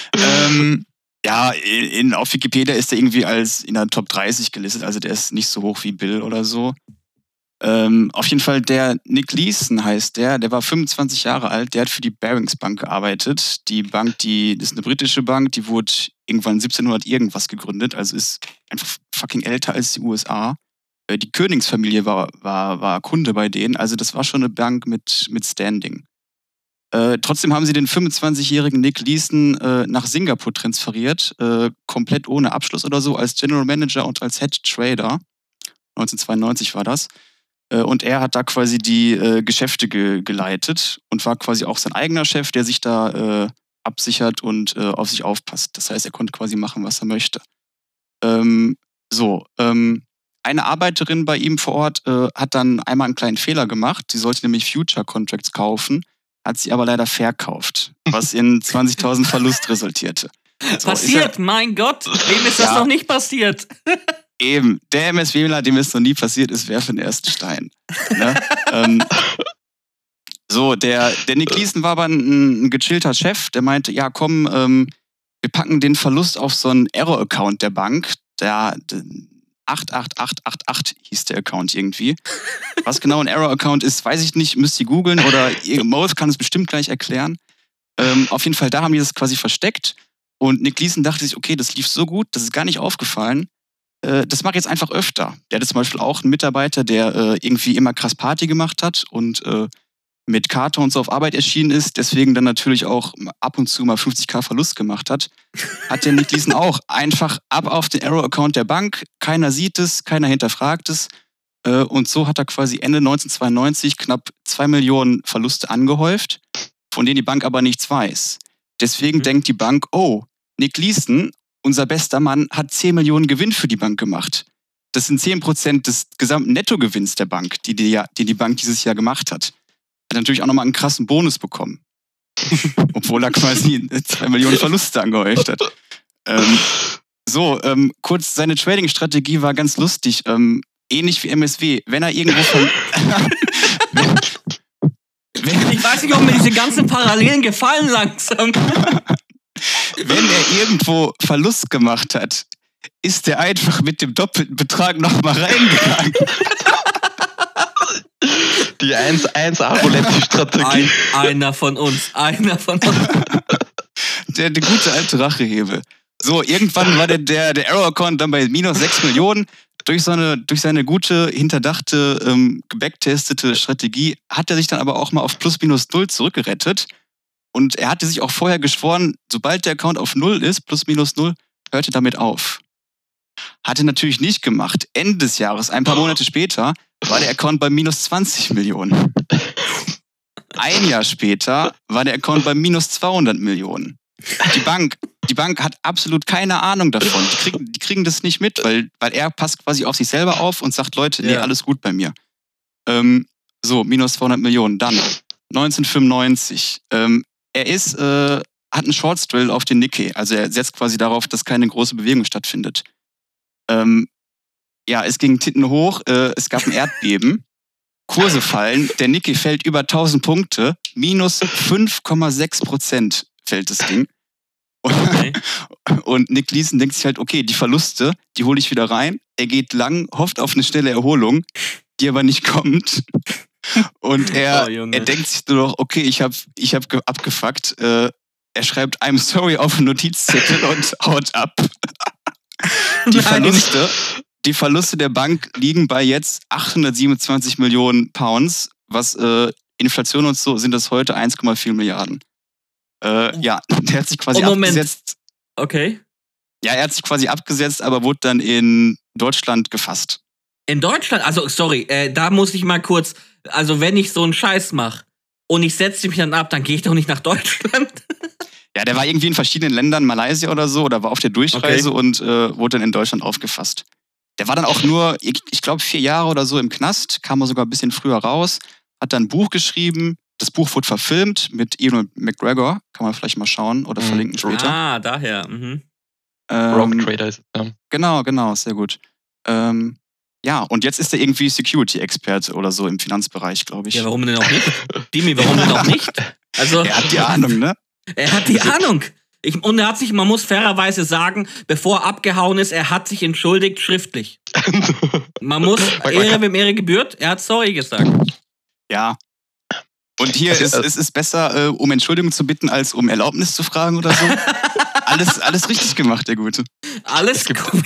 Auf Wikipedia ist der irgendwie als in der Top 30 gelistet. Also der ist nicht so hoch wie Bill oder so. Auf jeden Fall der Nick Leeson heißt der war 25 Jahre alt, der hat für die Barings Bank gearbeitet. Die Bank, das ist eine britische Bank, die wurde irgendwann 1700 irgendwas gegründet, also ist einfach fucking älter als die USA. Die Königsfamilie war Kunde bei denen, also das war schon eine Bank mit Standing. Trotzdem haben sie den 25-jährigen Nick Leeson nach Singapur transferiert, komplett ohne Abschluss oder so, als General Manager und als Head Trader. 1992 war das. Und er hat da quasi die Geschäfte geleitet und war quasi auch sein eigener Chef, der sich da absichert und auf sich aufpasst. Das heißt, er konnte quasi machen, was er möchte. Eine Arbeiterin bei ihm vor Ort hat dann einmal einen kleinen Fehler gemacht. Sie sollte nämlich Future Contracts kaufen, hat sie aber leider verkauft, was in 20.000 Verlust resultierte. So, passiert, mein Gott, wem ist das noch nicht passiert? Eben, der MSWler, dem es noch nie passiert ist, werfe den ersten Stein. Ne? Der Nick Leeson war aber ein gechillter Chef, der meinte, ja komm, wir packen den Verlust auf so einen Error-Account der Bank, der 88888 hieß der Account irgendwie. Was genau ein Error-Account ist, weiß ich nicht, müsst ihr googeln oder Moth kann es bestimmt gleich erklären. Auf jeden Fall, da haben die das quasi versteckt und Nick Leeson dachte sich, okay, das lief so gut, das ist gar nicht aufgefallen. Das mache ich jetzt einfach öfter. Der hatte zum Beispiel auch einen Mitarbeiter, der irgendwie immer krass Party gemacht hat und mit Karte und so auf Arbeit erschienen ist, deswegen dann natürlich auch ab und zu mal 50.000 Verlust gemacht hat. Hat der Nick Leeson auch einfach ab auf den Arrow-Account der Bank. Keiner sieht es, keiner hinterfragt es. Und so hat er quasi Ende 1992 knapp 2 Millionen Verluste angehäuft, von denen die Bank aber nichts weiß. Deswegen denkt die Bank, oh, Nick Leeson, unser bester Mann, hat 10 Millionen Gewinn für die Bank gemacht. Das sind 10% des gesamten Nettogewinns der Bank, die die Bank dieses Jahr gemacht hat. Hat natürlich auch nochmal einen krassen Bonus bekommen. Obwohl er quasi 2 Millionen Verluste angehäuft hat. Kurz, seine Trading-Strategie war ganz lustig. Ähnlich wie MSW. Wenn er irgendwo ich weiß nicht, ob mir diese ganzen Parallelen gefallen langsam. Wenn er irgendwo Verlust gemacht hat, ist er einfach mit dem doppelten Betrag nochmal reingegangen. Die 1A-Roulette-Strategie. Einer von uns. Der gute alte Rachehebel. So, irgendwann war der Arrow-Account dann bei minus 6 Millionen. Durch seine gute, hinterdachte, gebacktestete Strategie hat er sich dann aber auch mal auf plus minus 0 zurückgerettet. Und er hatte sich auch vorher geschworen, sobald der Account auf 0 ist, plus minus 0, hörte damit auf. Hatte natürlich nicht gemacht. Ende des Jahres, ein paar Monate später, war der Account bei minus 20 Millionen. Ein Jahr später war der Account bei minus 200 Millionen. Die Bank hat absolut keine Ahnung davon. Die kriegen das nicht mit, weil er passt quasi auf sich selber auf und sagt, Leute, nee, alles gut bei mir. Minus 200 Millionen. Dann 1995. Er hat einen Short-Straddle auf den Nikkei. Also er setzt quasi darauf, dass keine große Bewegung stattfindet. Es ging Titten hoch, es gab ein Erdbeben, Kurse fallen, der Nikkei fällt über 1000 Punkte, minus 5,6% fällt das Ding. Okay. Und Nick Leeson denkt sich halt, okay, die Verluste, die hole ich wieder rein. Er geht lang, hofft auf eine schnelle Erholung. die aber nicht kommt. Und er Junge. denkt sich nur noch, okay, ich hab abgefuckt. Er schreibt I'm sorry auf einen Notizzettel und haut ab. Die Verluste der Bank liegen bei jetzt 827 Millionen Pounds, was Inflation und so sind das heute 1,4 Milliarden. Ja, der hat sich quasi abgesetzt. Okay. Ja, er hat sich quasi abgesetzt, aber wurde dann in Deutschland gefasst. In Deutschland? Also, sorry, da muss ich mal kurz, also wenn ich so einen Scheiß mache und ich setze mich dann ab, dann gehe ich doch nicht nach Deutschland. Ja, der war irgendwie in verschiedenen Ländern, Malaysia oder so, oder war auf der Durchreise und wurde dann in Deutschland aufgefasst. Der war dann auch nur, ich glaube, 4 Jahre oder so im Knast, kam er sogar ein bisschen früher raus, hat dann ein Buch geschrieben. Das Buch wurde verfilmt mit Ewan McGregor. Kann man vielleicht mal schauen oder verlinken später. Ah, daher. Mhm. Rogue Trader ist es, ja. Genau, sehr gut. Ja, und jetzt ist er irgendwie Security-Experte oder so im Finanzbereich, glaube ich. Ja, warum denn auch nicht? Dimi, warum denn auch nicht? Also, er hat die Ahnung, ne? Er hat die Ahnung. Und er hat sich, man muss fairerweise sagen, bevor er abgehauen ist, er hat sich entschuldigt schriftlich. Man muss, Ehre wem Ehre gebührt, er hat sorry gesagt. Ja. Und hier es ist besser, um Entschuldigung zu bitten, als um Erlaubnis zu fragen oder so. Alles richtig gemacht, der Gute. Alles gut.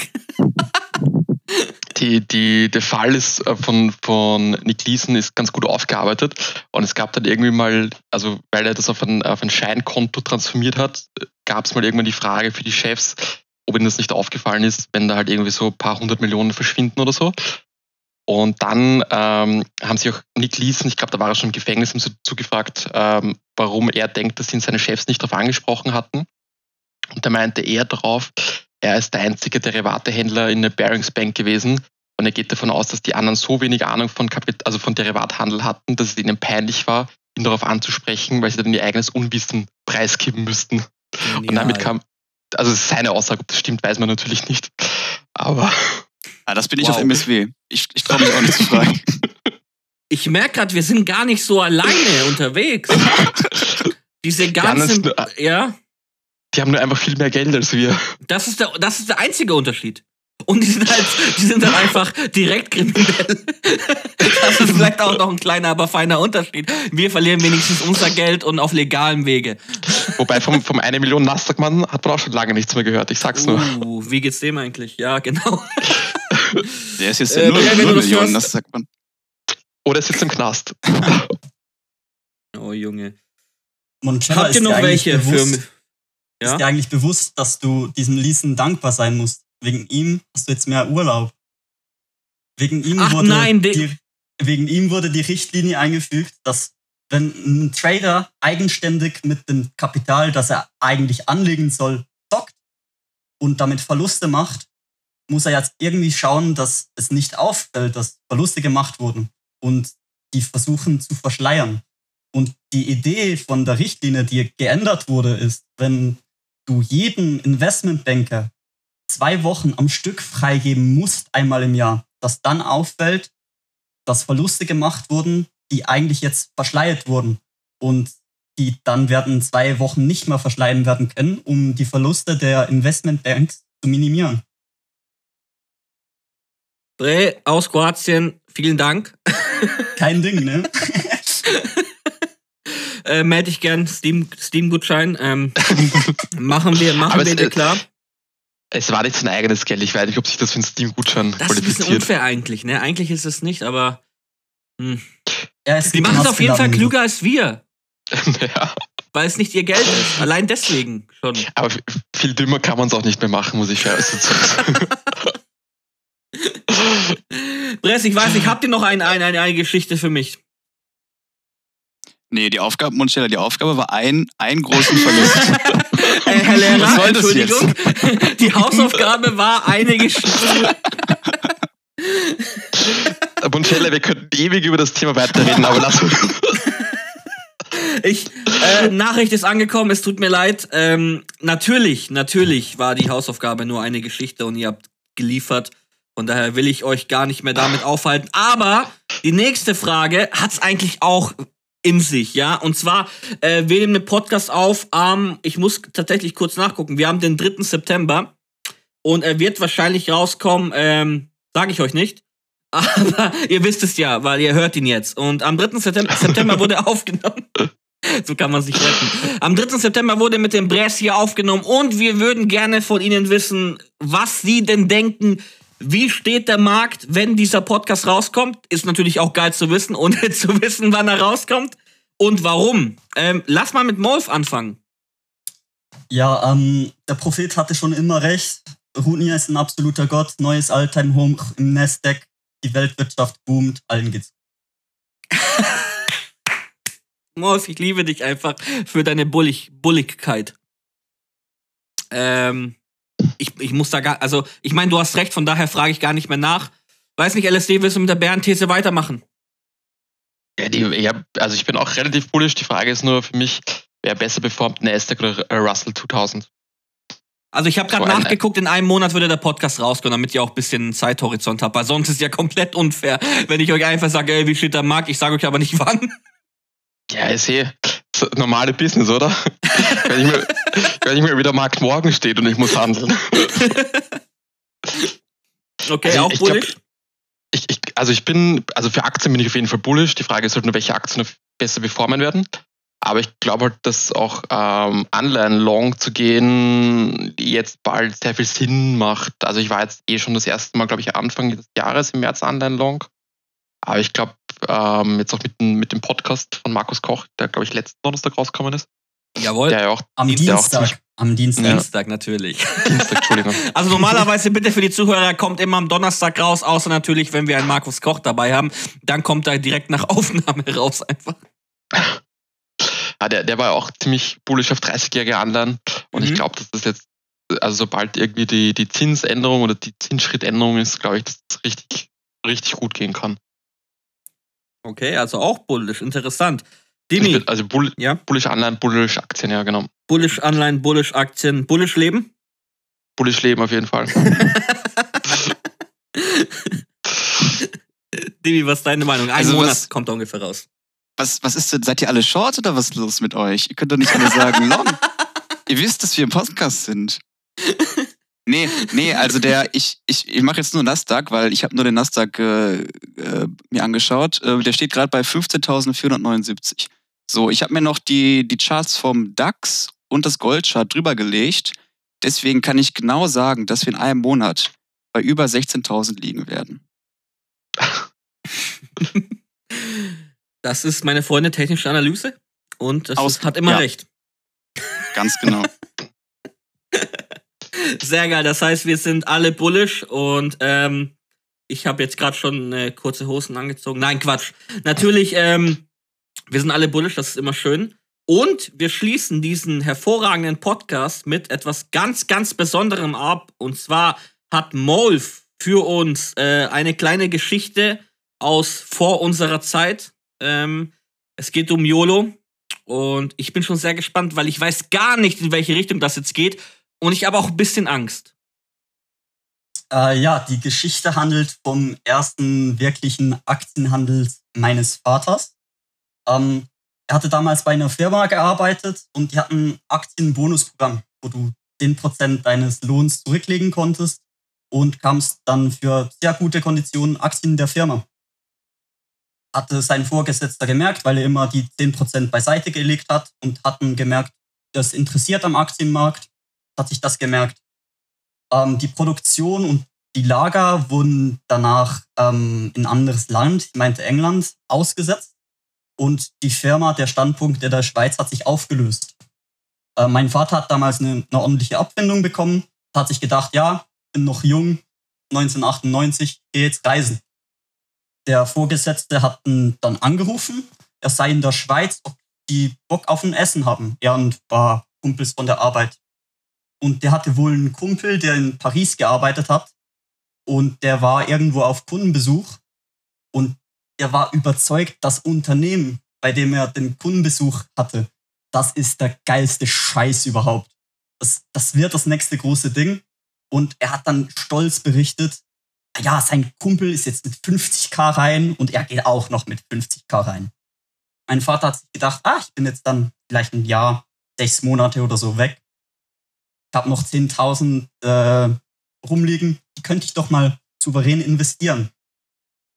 Der Fall ist von Nick Leeson ist ganz gut aufgearbeitet und es gab dann irgendwie mal, also weil er das auf ein Scheinkonto transformiert hat, gab es mal irgendwann die Frage für die Chefs, ob ihnen das nicht aufgefallen ist, wenn da halt irgendwie so ein paar 100 Millionen verschwinden oder so. Und dann haben sich auch Nick Leeson, ich glaube, da war er schon im Gefängnis, haben sie zugefragt, warum er denkt, dass ihn seine Chefs nicht darauf angesprochen hatten. Und da meinte er darauf, er ist der einzige Derivatehändler in der Barings Bank gewesen und er geht davon aus, dass die anderen so wenig Ahnung von Derivathandel hatten, dass es ihnen peinlich war, ihn darauf anzusprechen, weil sie dann ihr eigenes Unwissen preisgeben müssten. Genial. Und damit kam, also das ist seine Aussage, ob das stimmt, weiß man natürlich nicht. Aber... Ja, das bin ich auf MSW. Ich traue mich auch nicht zu fragen. Ich merke gerade, wir sind gar nicht so alleine unterwegs. Diese ganzen... Die haben nur einfach viel mehr Geld als wir. Das ist der einzige Unterschied. Und die sind halt einfach direkt kriminell. Das ist vielleicht auch noch ein kleiner, aber feiner Unterschied. Wir verlieren wenigstens unser Geld und auf legalem Wege. Wobei vom 1 Million Nasdaq-Mann hat man auch schon lange nichts mehr gehört. Ich sag's nur. Wie geht's dem eigentlich? Ja, genau. Der ist jetzt der 0 Millionen Nasdaq-Mann. Oder sitzt im Knast. Oh, Junge. Monchella, habt ihr noch welche für mich? Ja? Ist dir eigentlich bewusst, dass du diesem Leeson dankbar sein musst? Wegen ihm hast du jetzt mehr Urlaub. Wegen ihm wurde die Richtlinie eingefügt, dass wenn ein Trader eigenständig mit dem Kapital, das er eigentlich anlegen soll, zockt und damit Verluste macht, muss er jetzt irgendwie schauen, dass es nicht auffällt, dass Verluste gemacht wurden und die versuchen zu verschleiern. Und die Idee von der Richtlinie, die geändert wurde, ist, wenn du jeden Investmentbanker 2 Wochen am Stück freigeben musst, einmal im Jahr, dass dann auffällt, dass Verluste gemacht wurden, die eigentlich jetzt verschleiert wurden. Und die dann werden 2 Wochen nicht mehr verschleiern werden können, um die Verluste der Investmentbanks zu minimieren. Bre aus Kroatien, vielen Dank. Kein Ding, ne? Melde ich gern Steam-Gutschein. Machen wir dir klar. Es war nicht sein eigenes Geld. Ich weiß nicht, ob sich das für einen Steam-Gutschein qualifiziert. Das ist ein bisschen unfair eigentlich, ne? Eigentlich ist es nicht, aber... Die machen es auf jeden Fall klüger als wir. Ja. Weil es nicht ihr Geld ist. Allein deswegen schon. Aber viel dümmer kann man es auch nicht mehr machen, muss ich fairerweise sagen. Bress, ich weiß nicht, habt ihr noch eine Geschichte für mich? Nee, die Aufgabe war einen großen Verlust. Herr Lehrer, Was soll das Entschuldigung. jetzt? Die Hausaufgabe war eine Geschichte. Monchella, wir könnten ewig über das Thema weiterreden, aber lass uns. Nachricht ist angekommen, es tut mir leid. Natürlich war die Hausaufgabe nur eine Geschichte und ihr habt geliefert. Von daher will ich euch gar nicht mehr damit aufhalten. Aber die nächste Frage hat's eigentlich auch in sich, ja. Und zwar, wir nehmen den Podcast auf ich muss tatsächlich kurz nachgucken, wir haben den 3. September und er wird wahrscheinlich rauskommen, sage ich euch nicht, Aber ihr wisst es ja, weil ihr hört ihn jetzt. Und am 3. September wurde aufgenommen. So kann man sich retten. Am 3. September wurde mit dem Bres hier aufgenommen und wir würden gerne von Ihnen wissen, was Sie denn denken. Wie steht der Markt, wenn dieser Podcast rauskommt? Ist natürlich auch geil zu wissen, ohne zu wissen, wann er rauskommt. Und warum? Lass mal mit Molf anfangen. Ja, der Prophet hatte schon immer recht. Runia ist ein absoluter Gott. Neues Alltime-Hoch im Nasdaq. Die Weltwirtschaft boomt. Allen geht's. Molf, ich liebe dich einfach für deine Bulligkeit. Ich muss da gar, also, ich meine, du hast recht, von daher frage ich gar nicht mehr nach. Weiß nicht, LSD, willst du mit der Bärenthese weitermachen? Ja, also ich bin auch relativ bullish. Die Frage ist nur für mich, wer besser performt, Nasdaq oder Russell 2000? Also ich habe gerade nachgeguckt, in einem Monat würde der Podcast rauskommen, damit ihr auch ein bisschen Zeithorizont habt, weil sonst ist es ja komplett unfair, wenn ich euch einfach sage, ey, wie steht der Markt, ich sage euch aber nicht wann. Ja, ist das normale Business, oder? wenn ich mir wieder Markt morgen steht und ich muss handeln. Okay, also auch bullish? Also für Aktien bin ich auf jeden Fall bullish. Die Frage ist halt nur, welche Aktien besser performen werden. Aber ich glaube halt, dass auch Anleihen-Long zu gehen jetzt bald sehr viel Sinn macht. Also ich war jetzt schon das erste Mal, glaube ich, Anfang des Jahres im März Anleihen-Long. Aber ich glaube, jetzt auch mit dem Podcast von Markus Koch, der, glaube ich, letzten Donnerstag rausgekommen ist. Jawohl. Der ja auch, Am Dienstag. Dienstag, natürlich. Dienstag, Entschuldigung. Also normalerweise bitte für die Zuhörer, kommt immer am Donnerstag raus, außer natürlich, wenn wir einen Markus Koch dabei haben. Dann kommt er direkt nach Aufnahme raus einfach. Ja, der war ja auch ziemlich bullish auf 30-jährige Anleihen. Und ich glaube, dass das jetzt, also sobald irgendwie die Zinsänderung oder die Zinsschrittänderung ist, glaube ich, dass das richtig, richtig gut gehen kann. Okay, also auch bullish, interessant. Dimi. Also bullish Anleihen, bullish Aktien, ja, genau. Bullish Anleihen, bullish Aktien, bullish Leben? Bullish Leben auf jeden Fall. Dimi, was ist deine Meinung? Ein Monat kommt da ungefähr raus. Was ist denn? Seid ihr alle Short oder was ist los mit euch? Ihr könnt doch nicht alle sagen Long. Ihr wisst, dass wir im Podcast sind. Nee, also ich mache jetzt nur Nasdaq, weil ich habe nur den Nasdaq mir angeschaut. Der steht gerade bei 15.479. So, ich habe mir noch die Charts vom DAX und das Goldchart drüber gelegt. Deswegen kann ich genau sagen, dass wir in einem Monat bei über 16.000 liegen werden. Das ist meine Freundin technische Analyse und das hat immer recht. Ganz genau. Sehr geil, das heißt, wir sind alle bullish und ich habe jetzt gerade schon kurze Hosen angezogen. Nein, Quatsch. Natürlich, wir sind alle bullish, das ist immer schön. Und wir schließen diesen hervorragenden Podcast mit etwas ganz, ganz Besonderem ab. Und zwar hat Molf für uns eine kleine Geschichte aus vor unserer Zeit. Es geht um YOLO. Und ich bin schon sehr gespannt, weil ich weiß gar nicht, in welche Richtung das jetzt geht. Und ich habe auch ein bisschen Angst. Ja, die Geschichte handelt vom ersten wirklichen Aktienhandel meines Vaters. Er hatte damals bei einer Firma gearbeitet und die hatten ein Aktienbonusprogramm, wo du 10% deines Lohns zurücklegen konntest und kamst dann für sehr gute Konditionen Aktien der Firma. Hatte sein Vorgesetzter gemerkt, weil er immer die 10% beiseite gelegt hat und hatten gemerkt, das interessiert am Aktienmarkt, hat sich das gemerkt. Die Produktion und die Lager wurden danach in ein anderes Land, ich meinte England, ausgesetzt. Und die Firma, der Standpunkt der Schweiz, hat sich aufgelöst. Mein Vater hat damals eine ordentliche Abfindung bekommen, hat sich gedacht, ja, bin noch jung, 1998, gehe jetzt reisen. Der Vorgesetzte hat ihn dann angerufen, er sei in der Schweiz, ob die Bock auf ein Essen haben. Er und war Kumpels von der Arbeit. Und der hatte wohl einen Kumpel, der in Paris gearbeitet hat. Und der war irgendwo auf Kundenbesuch. Und er war überzeugt, das Unternehmen, bei dem er den Kundenbesuch hatte, das ist der geilste Scheiß überhaupt. Das wird das nächste große Ding. Und er hat dann stolz berichtet, ja, sein Kumpel ist jetzt mit 50.000 rein und er geht auch noch mit 50.000 rein. Mein Vater hat sich gedacht, ich bin jetzt dann vielleicht ein Jahr, 6 Monate oder so weg. Ich habe noch 10.000 rumliegen, die könnte ich doch mal souverän investieren.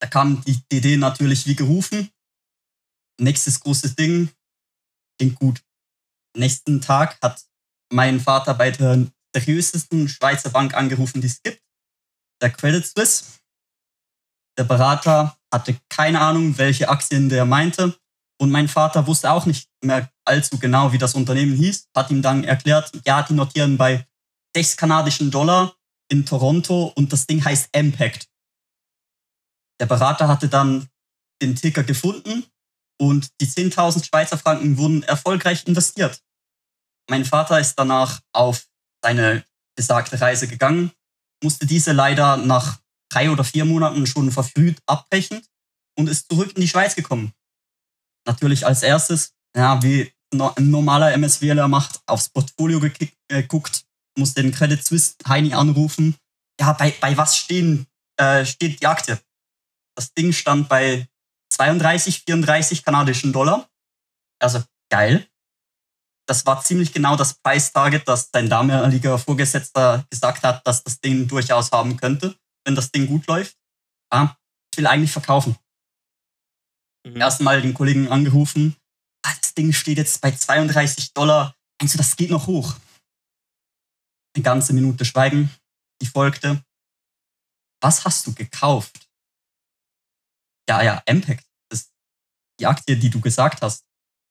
Da kam die Idee natürlich wie gerufen. Nächstes großes Ding, klingt gut. Nächsten Tag hat mein Vater bei der seriösesten Schweizer Bank angerufen, die es gibt, der Credit Suisse. Der Berater hatte keine Ahnung, welche Aktien der meinte. Und mein Vater wusste auch nicht mehr allzu genau, wie das Unternehmen hieß. Hat ihm dann erklärt, ja, die notieren bei 6 kanadischen Dollar in Toronto und das Ding heißt Impact. Der Berater hatte dann den Ticker gefunden und die 10.000 Schweizer Franken wurden erfolgreich investiert. Mein Vater ist danach auf seine besagte Reise gegangen, musste diese leider nach 3 oder 4 Monaten schon verfrüht abbrechen und ist zurück in die Schweiz gekommen. Natürlich als erstes, ja, wie ein normaler MSWler macht, aufs Portfolio geguckt, muss den Credit Suisse Heini anrufen. Ja, bei was steht die Aktie? Das Ding stand bei 32, 34 kanadischen Dollar. Also geil. Das war ziemlich genau das Preis-Target, das sein damaliger Vorgesetzter gesagt hat, dass das Ding durchaus haben könnte, wenn das Ding gut läuft. Ja, ich will eigentlich verkaufen. Erstmal den Kollegen angerufen. Das Ding steht jetzt bei 32 Dollar. Meinst du, das geht noch hoch? Eine ganze Minute Schweigen, die folgte. Was hast du gekauft? Ja, Impact. Das ist die Aktie, die du gesagt hast.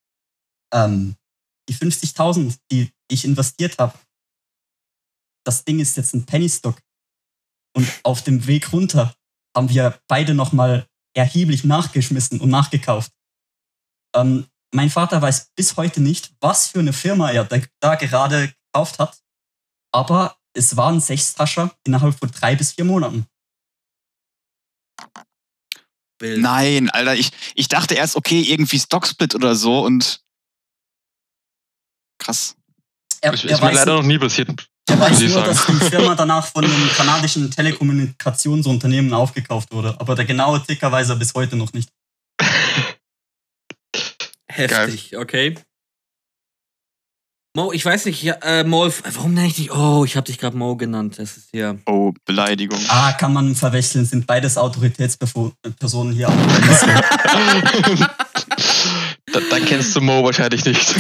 Die 50.000, die ich investiert habe. Das Ding ist jetzt ein Penny-Stock. Und auf dem Weg runter haben wir beide nochmal erheblich nachgeschmissen und nachgekauft. Mein Vater weiß bis heute nicht, was für eine Firma er da gerade gekauft hat. Aber es war ein Sechstascher innerhalb von 3 bis 4 Monaten. Bild. Nein, Alter, ich dachte erst, okay, irgendwie Stocksplit oder so und krass. Ist mir leider noch nie passiert. Er weiß muss ich nur, sagen. dass die Firma danach von einem kanadischen Telekommunikationsunternehmen aufgekauft wurde. Aber der genaue Ticker weiß er bis heute noch nicht. Heftig, okay. Mo, ich weiß nicht, ja, Mo, warum nenne ich dich? Oh, ich habe dich gerade Mo genannt. Das ist ja. Oh, Beleidigung. Kann man verwechseln, sind beides Autoritätspersonen hier. Dann kennst du Mo wahrscheinlich nicht.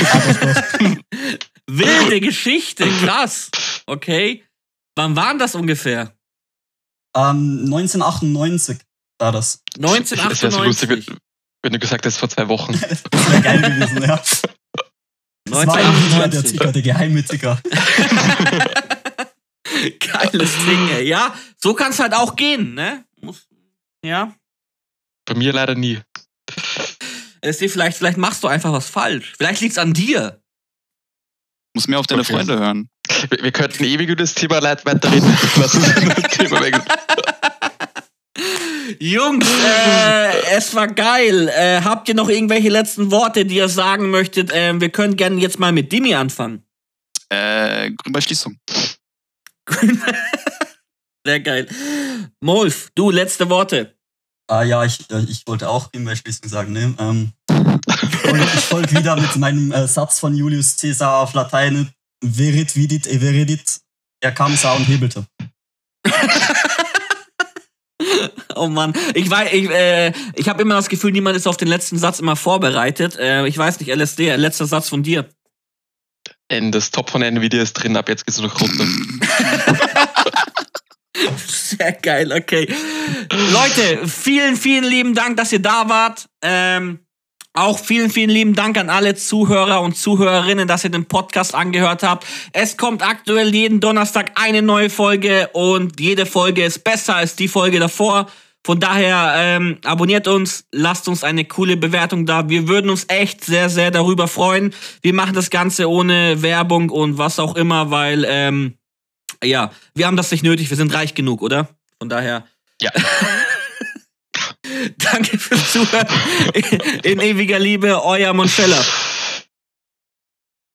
Wilde Geschichte, krass. Okay. Wann war das ungefähr? 1998 war das. Es wäre so 1998. lustig, wenn du gesagt hast, vor 2 Wochen. Das wäre geil gewesen, ja. Das war irgendwie der 1998. Ticker, der geheime Ticker. Geiles Ding, ey. Ja, so kann es halt auch gehen, ne? Ja. Bei mir leider nie. Vielleicht machst du einfach was falsch. Vielleicht liegt's an dir. Muss mehr auf deine Okay. Freunde hören. Wir könnten ewig über das Thema weiterreden. Lass uns das Thema weg. Jungs, es war geil. Habt ihr noch irgendwelche letzten Worte, die ihr sagen möchtet? Wir können gerne jetzt mal mit Dimi anfangen. Grün bei Schließung. Sehr geil. Molf, du, letzte Worte. Ja, ich wollte auch Schließung sagen. Ne? Ich folge wieder mit meinem Satz von Julius Caesar auf Latein. Verit vidit everidit. Er kam, sah und hebelte. Oh Mann, ich habe immer das Gefühl, niemand ist auf den letzten Satz immer vorbereitet. Ich weiß nicht, LSD, letzter Satz von dir. Das Top von Nvidia ist drin, ab jetzt geht's nur noch runter. Sehr geil, okay. Leute, vielen, vielen lieben Dank, dass ihr da wart. Auch vielen, vielen lieben Dank an alle Zuhörer und Zuhörerinnen, dass ihr den Podcast angehört habt. Es kommt aktuell jeden Donnerstag eine neue Folge und jede Folge ist besser als die Folge davor. Von daher abonniert uns, lasst uns eine coole Bewertung da. Wir würden uns echt sehr, sehr darüber freuen. Wir machen das Ganze ohne Werbung und was auch immer, weil ja, wir haben das nicht nötig, wir sind reich genug, oder? Von daher. Ja. Danke fürs Zuhören. In ewiger Liebe, euer Monfella.